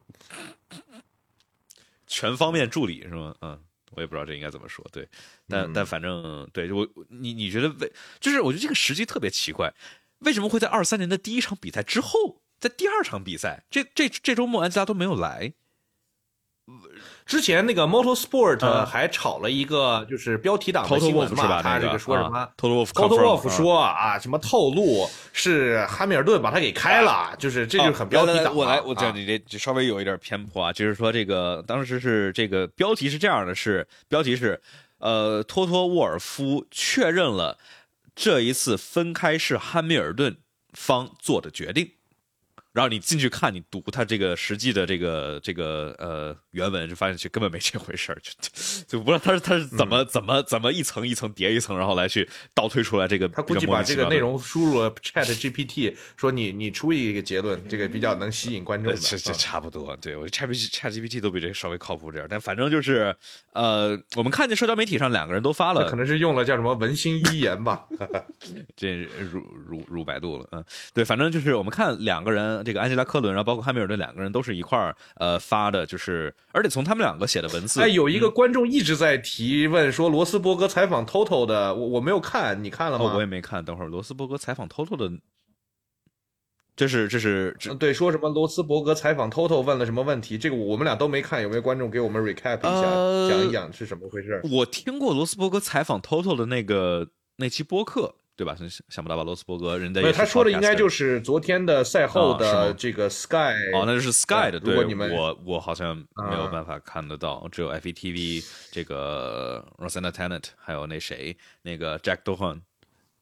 [SPEAKER 1] 全方面助理是吗？嗯，我也不知道这应该怎么说。对，但、嗯、但反正对我你你觉得为就是我觉得这个时机特别奇怪，为什么会在二三年的第一场比赛之后，在第二场比赛这这这周末安吉拉都没有来？
[SPEAKER 2] 之前那个 Motorsport 还炒了一个就是标题党的新闻嘛，他这个说什么
[SPEAKER 1] Toto
[SPEAKER 2] Wolff 说啊什么透露是汉密尔顿把他给开了，就是这就是很标题党。
[SPEAKER 1] 我来我讲你这稍微有一点偏颇啊，就是说这个当时是这个标题是这样的，是标题是呃托托沃尔夫确认了这一次分开是汉密尔顿方做的决定。然后你进去看，你读他这个实际的这个这个呃原文，就发现其实根本没这回事儿，就就不知道他是他是怎么、嗯、怎么怎么一层一层叠一层，然后来去倒推出来这个。
[SPEAKER 2] 他估计把这个内容输入了 Chat G P T， 说你你出一个结论，这个比较能吸引观众的。
[SPEAKER 1] 这这差不多，对我 Chat Chat G P T 都比这个稍微靠谱点，但反正就是呃，我们看见社交媒体上两个人都发了，
[SPEAKER 2] 可能是用了叫什么文心一言吧，
[SPEAKER 1] 这如如如百度了，嗯，对，反正就是我们看两个人。这个安吉拉科伦，然后包括汉密尔顿两个人都是一块儿呃发的，就是而且从他们两个写的文字，
[SPEAKER 2] 哎，有一个观众一直在提问说罗斯伯格采访 Toto 的，我我没有看，你看了吗？
[SPEAKER 1] 哦，我也没看。等会儿罗斯伯格采访 Toto 的，这是这是这
[SPEAKER 2] 对说什么罗斯伯格采访 Toto 问了什么问题？这个我们俩都没看，有没有观众给我们 recap 一下，呃、讲一讲是什么回事？
[SPEAKER 1] 我听过罗斯伯格采访 Toto 的那个那期播客。对吧？想不到吧？罗斯伯格人家也
[SPEAKER 2] 他说的应该就是昨天的赛后的这个 Sky
[SPEAKER 1] 哦，那就是 Sky 的。对，
[SPEAKER 2] 如果你们
[SPEAKER 1] 我我好像没有办法看得到，嗯、只有 F one T V 这个 Rosanna Tennant 还有那谁那个 Jack Dohan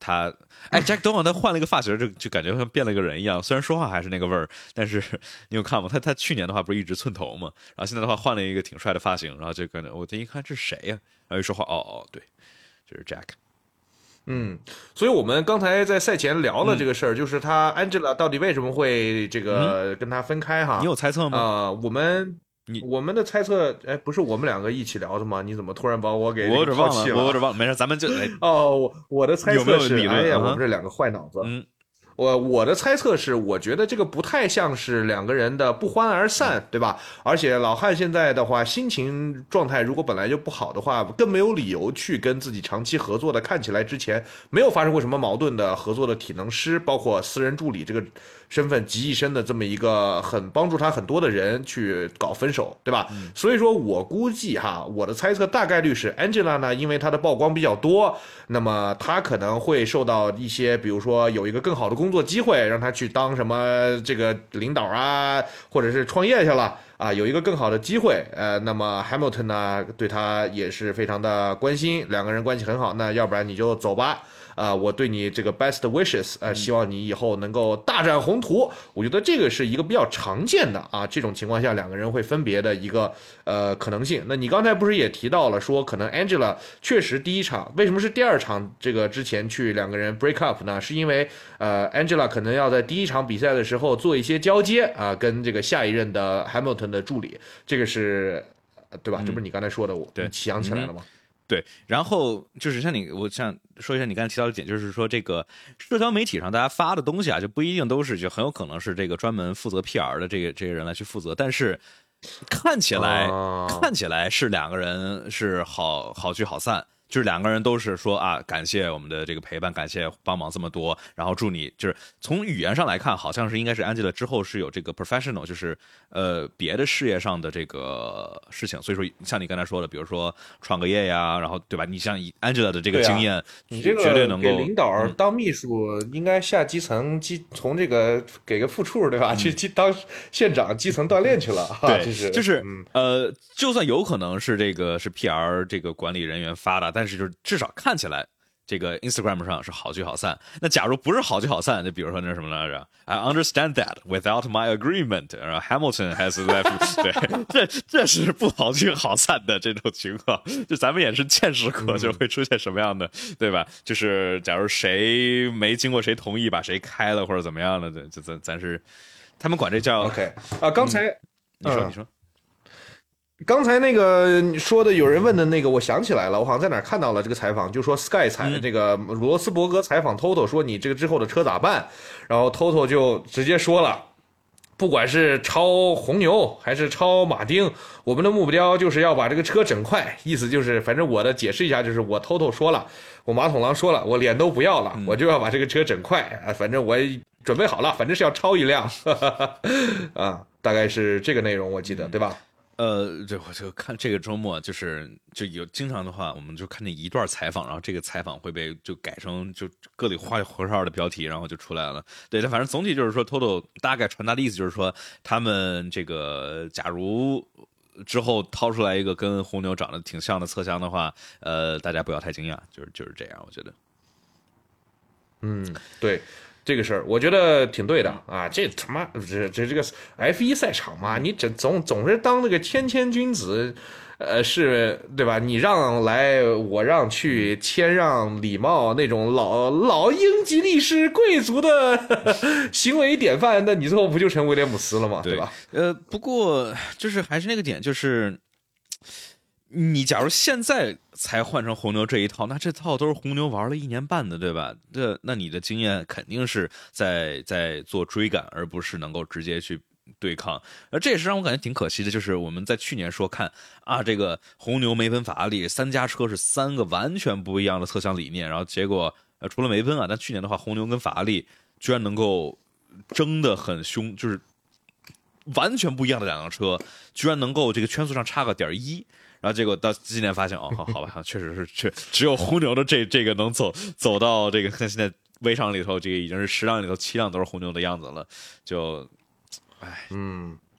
[SPEAKER 1] 他，哎，Jack Dolan 他换了一个发型，就就感觉像变了个人一样。虽然说话还是那个味儿，但是你有看吗？他他去年的话不是一直寸头嘛，然后现在的话换了一个挺帅的发型，然后就感觉我这一看这是谁呀、啊？然后一说话，哦哦，对，这是 Jack。
[SPEAKER 2] 嗯，所以我们刚才在赛前聊了这个事儿、嗯，就是他 Angela 到底为什么会这个跟他分开哈？
[SPEAKER 1] 你有猜测吗？
[SPEAKER 2] 啊、呃，我们。你我们的猜测，哎，不是我们两个一起聊的吗？你怎么突然把我给
[SPEAKER 1] 我有点忘了？我有点忘
[SPEAKER 2] 了，
[SPEAKER 1] 了，没事，咱们就哎
[SPEAKER 2] 哦，我我的猜测是，
[SPEAKER 1] 有没有理论
[SPEAKER 2] 哎呀，
[SPEAKER 1] 啊、
[SPEAKER 2] 我们这两个坏脑子。
[SPEAKER 1] 嗯，
[SPEAKER 2] 我我的猜测是，我觉得这个不太像是两个人的不欢而散，对吧？而且老汉现在的话，心情状态如果本来就不好的话，更没有理由去跟自己长期合作的，看起来之前没有发生过什么矛盾的合作的体能师，包括私人助理这个身份集一身的这么一个很帮助他很多的人去搞分手，对吧？嗯、所以说我估计哈，我的猜测大概率是 Angela 呢，因为她的曝光比较多，那么她可能会受到一些，比如说有一个更好的工作机会，让她去当什么这个领导啊，或者是创业去了啊，有一个更好的机会。呃，那么 Hamilton 呢，对她也是非常的关心，两个人关系很好，那要不然你就走吧。啊、呃，我对你这个 best wishes， 呃，希望你以后能够大展宏图。我觉得这个是一个比较常见的啊，这种情况下两个人会分别的一个呃可能性。那你刚才不是也提到了说，可能 Angela 确实第一场，为什么是第二场这个之前去两个人 break up 呢？是因为呃 Angela 可能要在第一场比赛的时候做一些交接啊、呃，跟这个下一任的 Hamilton 的助理，这个是对吧？嗯、这不是你刚才说的，我
[SPEAKER 1] 对
[SPEAKER 2] 想起来了吗？
[SPEAKER 1] 嗯对，然后就是像你，我想说一下你刚才提到的点，就是说这个社交媒体上大家发的东西啊，就不一定都是，就很有可能是这个专门负责 P R 的这个这个人来去负责，但是看起来、哦、看起来是两个人是好好聚好散。就是两个人都是说啊，感谢我们的这个陪伴，感谢帮忙这么多，然后祝你，就是从语言上来看，好像是应该是 Angela 之后是有这个 professional， 就是呃别的事业上的这个事情，所以说像你刚才说的，比如说创个业呀，然后对吧？你像 Angela 的这个经验，啊、
[SPEAKER 2] 你这个
[SPEAKER 1] 绝对能够
[SPEAKER 2] 给领导当秘书，嗯、应该下基层基从这个给个副处对吧？嗯、去当县长基层锻炼去了，
[SPEAKER 1] 对，
[SPEAKER 2] 啊、就是
[SPEAKER 1] 就是、
[SPEAKER 2] 嗯、
[SPEAKER 1] 呃，就算有可能是这个是 P R 这个管理人员发的。但是就是至少看起来，这个 Instagram 上是好聚好散。那假如不是好聚好散，就比如说那什么来着 ？I understand that without my agreement， 然后 Hamilton has left 对，这这是不好聚好散的这种情况。就咱们也是见识过，就会出现什么样的，嗯、对吧？就是假如谁没经过谁同意把谁开了或者怎么样的，就咱咱是他们管这叫
[SPEAKER 2] OK 啊。刚才、嗯、
[SPEAKER 1] 你说你说。
[SPEAKER 2] 刚才那个说的有人问的那个，我想起来了，我好像在哪儿看到了这个采访，就说 Sky 采这个罗斯伯格采访 Toto 说你这个之后的车咋办，然后 Toto 就直接说了，不管是超红牛还是超马丁，我们的目标就是要把这个车整快，意思就是反正我的解释一下，就是我 Toto 说了，我马桶狼说了，我脸都不要了，我就要把这个车整快啊，反正我准备好了，反正是要超一辆啊，大概是这个内容我记得对吧？
[SPEAKER 1] 呃，对，我就看这个周末，就是就有经常的话，我们就看那一段采访，然后这个采访会被就改成就各里花里胡哨的标题，然后就出来了。对，但反正总体就是说 ，Toto 大概传达的意思就是说，他们这个假如之后掏出来一个跟红牛长得挺像的侧箱的话，呃，大家不要太惊讶，就是就是这样，我觉得。
[SPEAKER 2] 嗯，对。这个事儿我觉得挺对的啊，这他妈这这这个 F 一 赛场嘛，你总总总是当那个谦谦君子，呃，是对吧？你让来我让去，谦让礼貌那种老老英吉利式贵族的呵呵行为典范，那你最后不就成威廉姆斯了吗？
[SPEAKER 1] 对,
[SPEAKER 2] 对吧？
[SPEAKER 1] 呃，不过就是还是那个点，就是。你假如现在才换成红牛这一套，那这套都是红牛玩了一年半的，对吧？这那你的经验肯定是在在做追赶，而不是能够直接去对抗。而这也是让我感觉挺可惜的，就是我们在去年说看啊，这个红牛、梅奔、法拉利三家车是三个完全不一样的侧向理念，然后结果呃除了梅奔啊，但去年的话，红牛跟法拉利居然能够争得很凶，就是完全不一样的两辆车，居然能够这个圈速上差个点一。然后结果到今年发现，哦，好好吧，确实是，确只有红牛的这这个能走走到这个，像现在围场里头，这个已经是十辆里头七辆都是红牛的样子了，就，哎，
[SPEAKER 2] 嗯，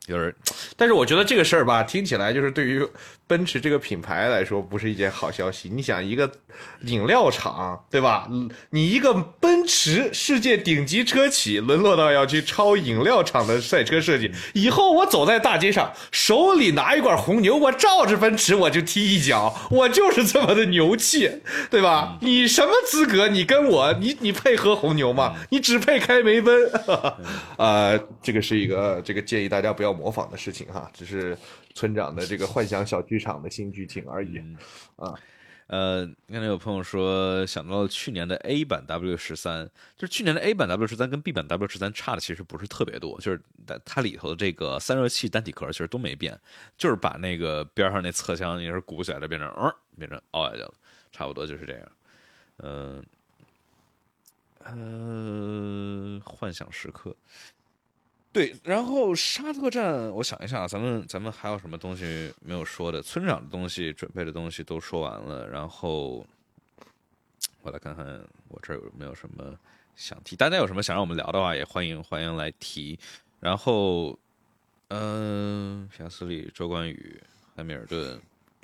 [SPEAKER 1] 有人，
[SPEAKER 2] 但是我觉得这个事儿吧，听起来就是对于奔驰这个品牌来说不是一件好消息。你想，一个饮料厂，对吧？你一个奔驰世界顶级车企，沦落到要去抄饮料厂的赛车设计，以后我走在大街上，手里拿一罐红牛，我照着奔驰我就踢一脚，我就是这么的牛气，对吧？你什么资格？你跟我，你你配喝红牛吗？你只配开梅奔。呃，这个是一个这个建议大家不要模仿的事情哈，只是村长的这个幻想小剧场的新剧情而已啊。
[SPEAKER 1] 呃，刚才有朋友说想到了去年的 A 版 W 十三，就是去年的 A 版 W 十三跟 B 版 W 十三差的其实不是特别多，就是它里头的这个散热器单体壳其实都没变，就是把那个边上那侧箱也是鼓起来的变成嗯变成凹下去了，差不多就是这样。嗯、呃，呃，幻想时刻。对，然后沙特站，我想一下，咱们咱们还有什么东西没有说的？村长的东西、准备的东西都说完了，然后我来看看我这儿有没有什么想提。大家有什么想让我们聊的话，也欢迎欢迎来提。然后，嗯、呃，皮亚斯利、周冠宇、汉密尔顿，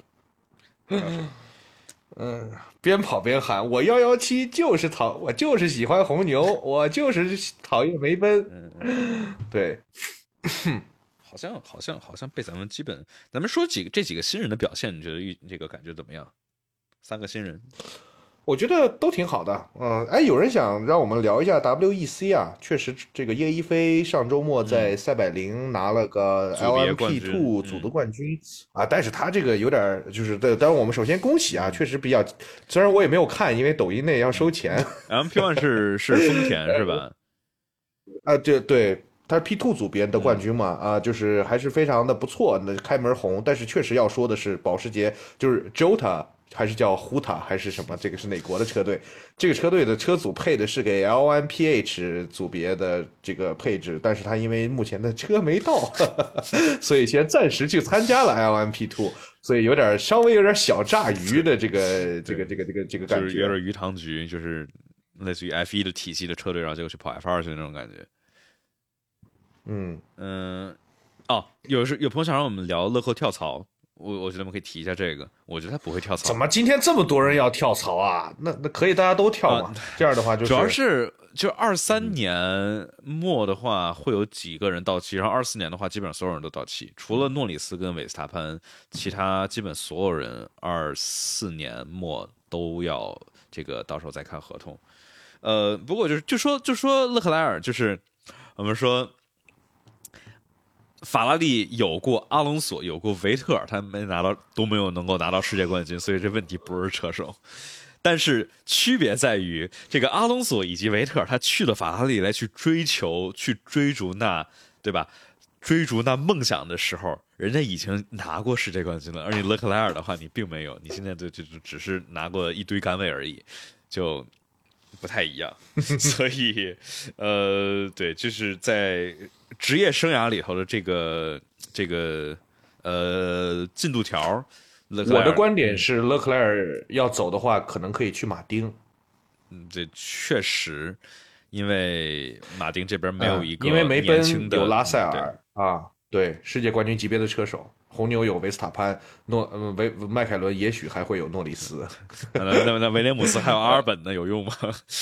[SPEAKER 2] 嗯，边跑边喊我幺幺七就是讨，我就是喜欢红牛，我就是讨厌梅奔。对，
[SPEAKER 1] 好像好像好像被咱们基本，咱们说几个这几个新人的表现，你觉得这个感觉怎么样？三个新人。
[SPEAKER 2] 我觉得都挺好的，嗯，哎，有人想让我们聊一下 W E C 啊，确实，这个叶一飞上周末在赛百灵拿了个 L M P 二 组的冠军、嗯、啊，但是他这个有点就是，当然我们首先恭喜啊，确实比较，虽然我也没有看，因为抖音内要收钱。
[SPEAKER 1] L M P 一 是是丰田是吧？
[SPEAKER 2] 啊，对对。他是 P 二 组别的冠军嘛，嗯、啊，就是还是非常的不错，那开门红。但是确实要说的是，保时捷就是 Jota 还是叫 Huta 还是什么，这个是哪国的车队？这个车队的车组配的是给 L M P H 组别的这个配置，但是他因为目前的车没到，呵呵所以先暂时去参加了 L M P 二，所以有点稍微有点小炸鱼的这个这个这个这个这个感觉，
[SPEAKER 1] 就是有点鱼塘局，就是类似于 F 一 的体系的车队，然后就去跑 F 二 去的那种感觉。
[SPEAKER 2] 嗯
[SPEAKER 1] 嗯，哦，有是有朋友想让我们聊乐扣跳槽，我我觉得我们可以提一下这个。我觉得他不会跳槽。
[SPEAKER 2] 怎么今天这么多人要跳槽啊？那那可以大家都跳嘛？啊、这样的话就是，
[SPEAKER 1] 主要是就二三年末的话，会有几个人到期，然后二四年的话，基本上所有人都到期，除了诺里斯跟韦斯塔潘，其他基本所有人二四年末都要这个到时候再看合同。呃，不过就是就说就说勒克莱尔，就是我们说。法拉利有过阿隆索，有过维特尔，他没拿到，都没有能够拿到世界冠军，所以这问题不是车手。但是区别在于，这个阿隆索以及维特尔，他去了法拉利来去追求、去追逐那，对吧？追逐那梦想的时候，人家已经拿过世界冠军了，而你勒克莱尔的话，你并没有，你现在就就只是拿过一堆杆位而已，就不太一样。所以，呃，对，就是在职业生涯里头的这个这个呃进度条，
[SPEAKER 2] 我的观点是，勒克莱尔要走的话，可能可以去马丁。
[SPEAKER 1] 嗯，这确实，因为马丁这边没有一个
[SPEAKER 2] 因为梅奔有拉塞
[SPEAKER 1] 尔
[SPEAKER 2] 啊，对，世界冠军级别的车手。红牛有维斯塔潘，诺呃维迈凯伦也许还会有诺里斯。
[SPEAKER 1] 那那那威廉姆斯还有阿尔本呢，有用吗？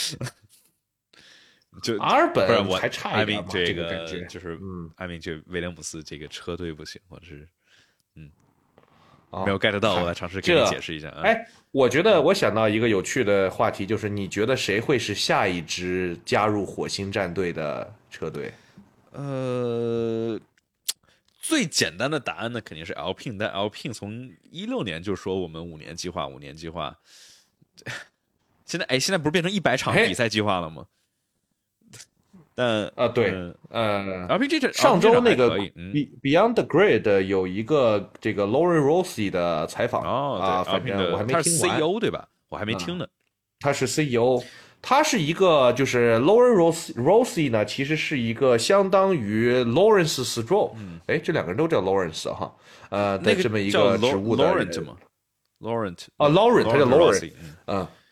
[SPEAKER 1] 就
[SPEAKER 2] 阿尔本
[SPEAKER 1] 不是我
[SPEAKER 2] 还差一点嘛，
[SPEAKER 1] 这
[SPEAKER 2] 个感觉
[SPEAKER 1] 就是
[SPEAKER 2] 嗯，
[SPEAKER 1] 艾明这威廉姆斯这个车队不行，或者是嗯、
[SPEAKER 2] 哦、
[SPEAKER 1] 没有 get 到，我来尝试给你解释一下。
[SPEAKER 2] 哎，我觉得我想到一个有趣的话题，就是你觉得谁会是下一支加入火星战队的车队？
[SPEAKER 1] 呃。最简单的答案呢，肯定是 Alpine， 但 Alpine 从一六年就说我们五年计划，五年计划。现在哎，现在不是变成一百场比赛计划了吗？但
[SPEAKER 2] 啊，对，嗯、呃、
[SPEAKER 1] ，Alpine 这
[SPEAKER 2] 上周那个
[SPEAKER 1] Beyond
[SPEAKER 2] the Grid 有一个这个 Lauren Rossi 的采访
[SPEAKER 1] 哦，
[SPEAKER 2] 啊，反正我还没听完。
[SPEAKER 1] 他是 C E O 对吧？我还没听呢。
[SPEAKER 2] 嗯、他是 C E O。他是一个，就是 Lawrence Rossi 呢，其实是一个相当于 Lawrence Stroll，哎、嗯，这两个人都叫 Lawrence 哈，呃，
[SPEAKER 1] 那
[SPEAKER 2] 个这么一个职务的
[SPEAKER 1] Laurent 吗 ？Laurent
[SPEAKER 2] 啊 ，Laurent， 他叫 Laurent， 嗯，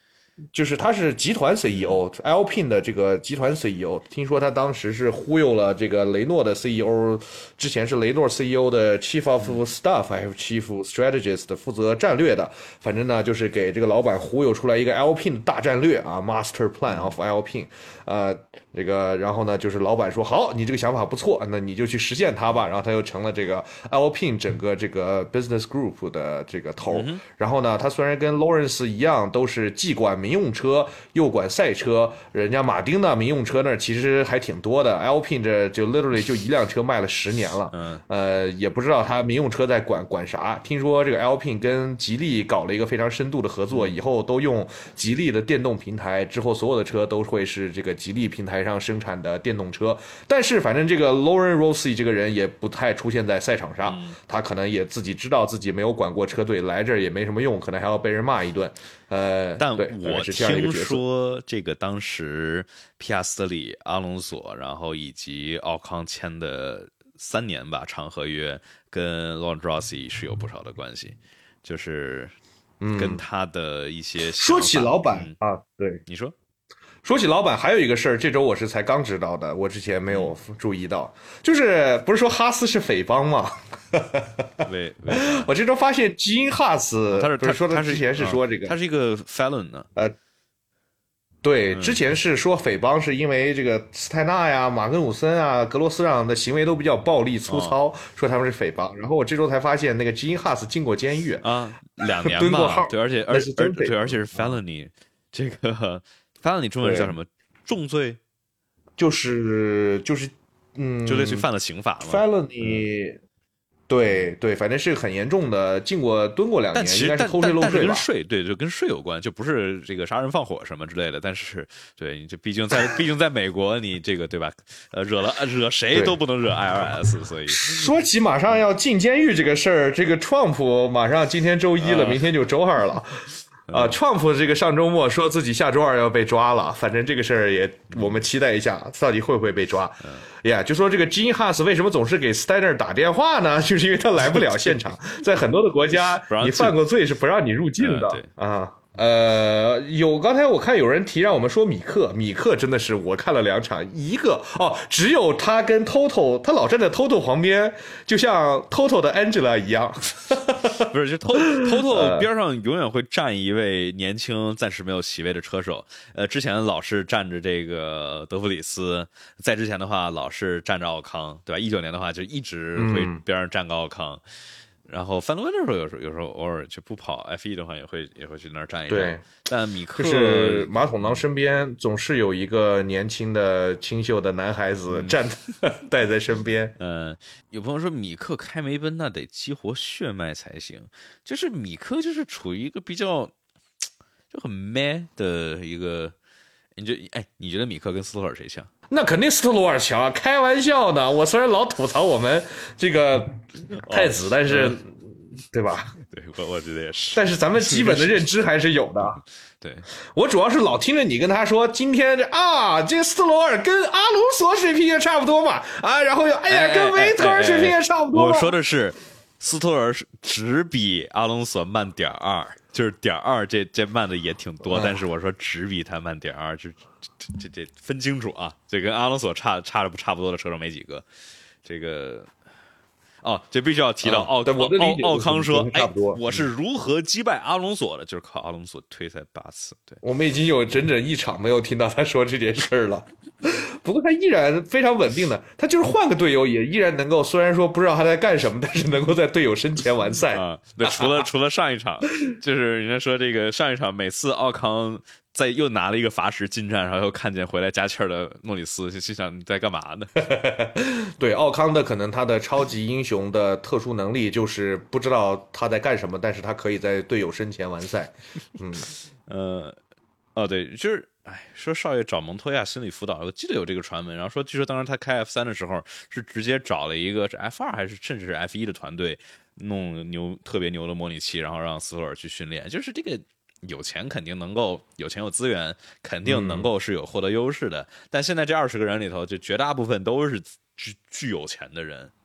[SPEAKER 2] 就是他是集团 C E O，Alpine 的这个集团 C E O。听说他当时是忽悠了这个雷诺的 C E O， 之前是雷诺 C E O 的 Chief of Staff 还是 Chief Strategist 负责战略的，反正呢就是给这个老板忽悠出来一个 Alpine 大战略啊 ，Master Plan of Alpine。呃，这个然后呢就是老板说好，你这个想法不错，那你就去实现它吧。然后他又成了这个 Alpine 整个这个 Business Group 的这个头。嗯、然后呢，他虽然跟 Lawrence 一样，都是既管民用车又管赛车，人家马丁的民用车那儿其实还挺多的 ，Alpine 这就 literally 就一辆车卖了十年了。嗯，呃，也不知道他民用车在管管啥。听说这个 Alpine 跟吉利搞了一个非常深度的合作，以后都用吉利的电动平台，之后所有的车都会是这个吉利平台上生产的电动车。但是反正这个 Lauren Rossi 这个人也不太出现在赛场上，嗯、他可能也自己知道自己没有管过车队，来这儿也没什么用，可能还要被人骂一顿。呃，
[SPEAKER 1] 但我听说这个当时皮亚斯特里、阿隆索，然后以及奥康签的三年吧长合约，跟 Lauren Rossi 是有不少的关系，就是跟他的一些、嗯、
[SPEAKER 2] 说起老板、嗯、啊，对，
[SPEAKER 1] 你说。
[SPEAKER 2] 说起老板，还有一个事儿，这周我是才刚知道的，我之前没有注意到，就是不是说哈斯是匪帮吗？
[SPEAKER 1] 对，
[SPEAKER 2] 我这周发现基因哈斯，
[SPEAKER 1] 他是
[SPEAKER 2] 不是说
[SPEAKER 1] 他
[SPEAKER 2] 之前是说这个，
[SPEAKER 1] 他是一个 felon 呢，
[SPEAKER 2] 呃，对，之前是说匪帮是因为这个斯泰纳呀、马格努森啊、格罗斯让的行为都比较暴力粗糙，哦、说他们是匪帮。然后我这周才发现，那个基因哈斯进过监狱
[SPEAKER 1] 啊，两年吧，
[SPEAKER 2] 蹲过号，
[SPEAKER 1] 对，而且而且对，而且是 felony，、嗯、这个。felony 中文叫什么？重罪，
[SPEAKER 2] 就是就是嗯，
[SPEAKER 1] 就类似于犯了刑法嘛。
[SPEAKER 2] felony，、嗯、对对，反正是很严重的，进过蹲过两年，应该是偷税漏税吧。
[SPEAKER 1] 跟税对，就跟税有关，就不是这个杀人放火什么之类的。但是对，你这毕竟在毕竟在美国，你这个对吧？呃，惹了惹谁都不能惹 I R S， 所以
[SPEAKER 2] 说起马上要进监狱这个事儿，这个 Trump 马上今天周一了，呃、明天就周二了。啊 ，Trump 这个上周末说自己下周二要被抓了，反正这个事儿也我们期待一下，到底会不会被抓？呀、yeah, ，就说这个 Gene Haas 为什么总是给 Steiner 打电话呢？就是因为他来不了现场，在很多的国家，你犯过罪是不让你入境的、嗯、啊。呃，有刚才我看有人提让我们说米克，米克真的是我看了两场，一个哦，只有他跟 Toto， 他老站在 Toto 旁边，就像 Toto 的 Angela 一样。
[SPEAKER 1] 不是，就 Toto 边上永远会站一位年轻、暂时没有席位的车手。呃，之前老是站着这个德弗里斯，在之前的话老是站着奥康，对吧？一九年的话就一直会边上站个奥康。嗯，然后范德温的时候，有时候有时候偶尔就不跑 F 一 的话，也会也会去那儿站一站。
[SPEAKER 2] 对，
[SPEAKER 1] 但米克
[SPEAKER 2] 就是马桶囊身边总是有一个年轻的清秀的男孩子站、嗯、带在身边。
[SPEAKER 1] 嗯，有朋友说米克开梅奔那得激活血脉才行，就是米克就是处于一个比较就很 man 的一个。你觉哎，你觉得米克跟斯托尔谁强？
[SPEAKER 2] 那肯定斯特罗尔强啊！开玩笑的，我虽然老吐槽我们这个太子，哦、但是、嗯、对吧？
[SPEAKER 1] 对，我我觉得也是。
[SPEAKER 2] 但是咱们基本的认知还是有的。
[SPEAKER 1] 对，
[SPEAKER 2] 我主要是老听着你跟他说，今天这啊，这个斯特罗尔跟阿隆索水平也差不多嘛，啊，然后又哎呀，哎跟维特尔水平也差不多、
[SPEAKER 1] 哎哎哎。我说的是，斯托尔只比阿隆索慢点二。就是点二，这这慢的也挺多，但是我说只比他慢点二，这这这这分清楚啊！这跟阿隆索差差的不差不多的车手没几个，这个哦，这必须要提到奥、
[SPEAKER 2] 嗯、
[SPEAKER 1] 奥奥康说，哎，我是如何击败阿隆索的，就是靠阿隆索推才八次。对，
[SPEAKER 2] 我们已经有整整一场没有听到他说这件事儿了。不过他依然非常稳定的，他就是换个队友也依然能够，虽然说不知道他在干什么，但是能够在队友身前完赛
[SPEAKER 1] 啊。对，除了除了上一场，就是人家说这个上一场每次奥康在又拿了一个罚时进站，然后又看见回来加气儿的诺里斯，就心想你在干嘛呢？
[SPEAKER 2] 对，奥康的可能他的超级英雄的特殊能力就是不知道他在干什么，但是他可以在队友身前完赛。嗯，
[SPEAKER 1] 呃，哦对，就是。哎，说少爷找蒙托亚心理辅导，我记得有这个传闻。然后说，据说当时他开 F 三 的时候，是直接找了一个是 F 二 还是甚至是 F 一 的团队，弄牛特别牛的模拟器，然后让斯托尔去训练。就是这个有钱肯定能够，有钱有资源，肯定能够是有获得优势的。嗯、但现在这二十个人里头，就绝大部分都是具具有钱的人。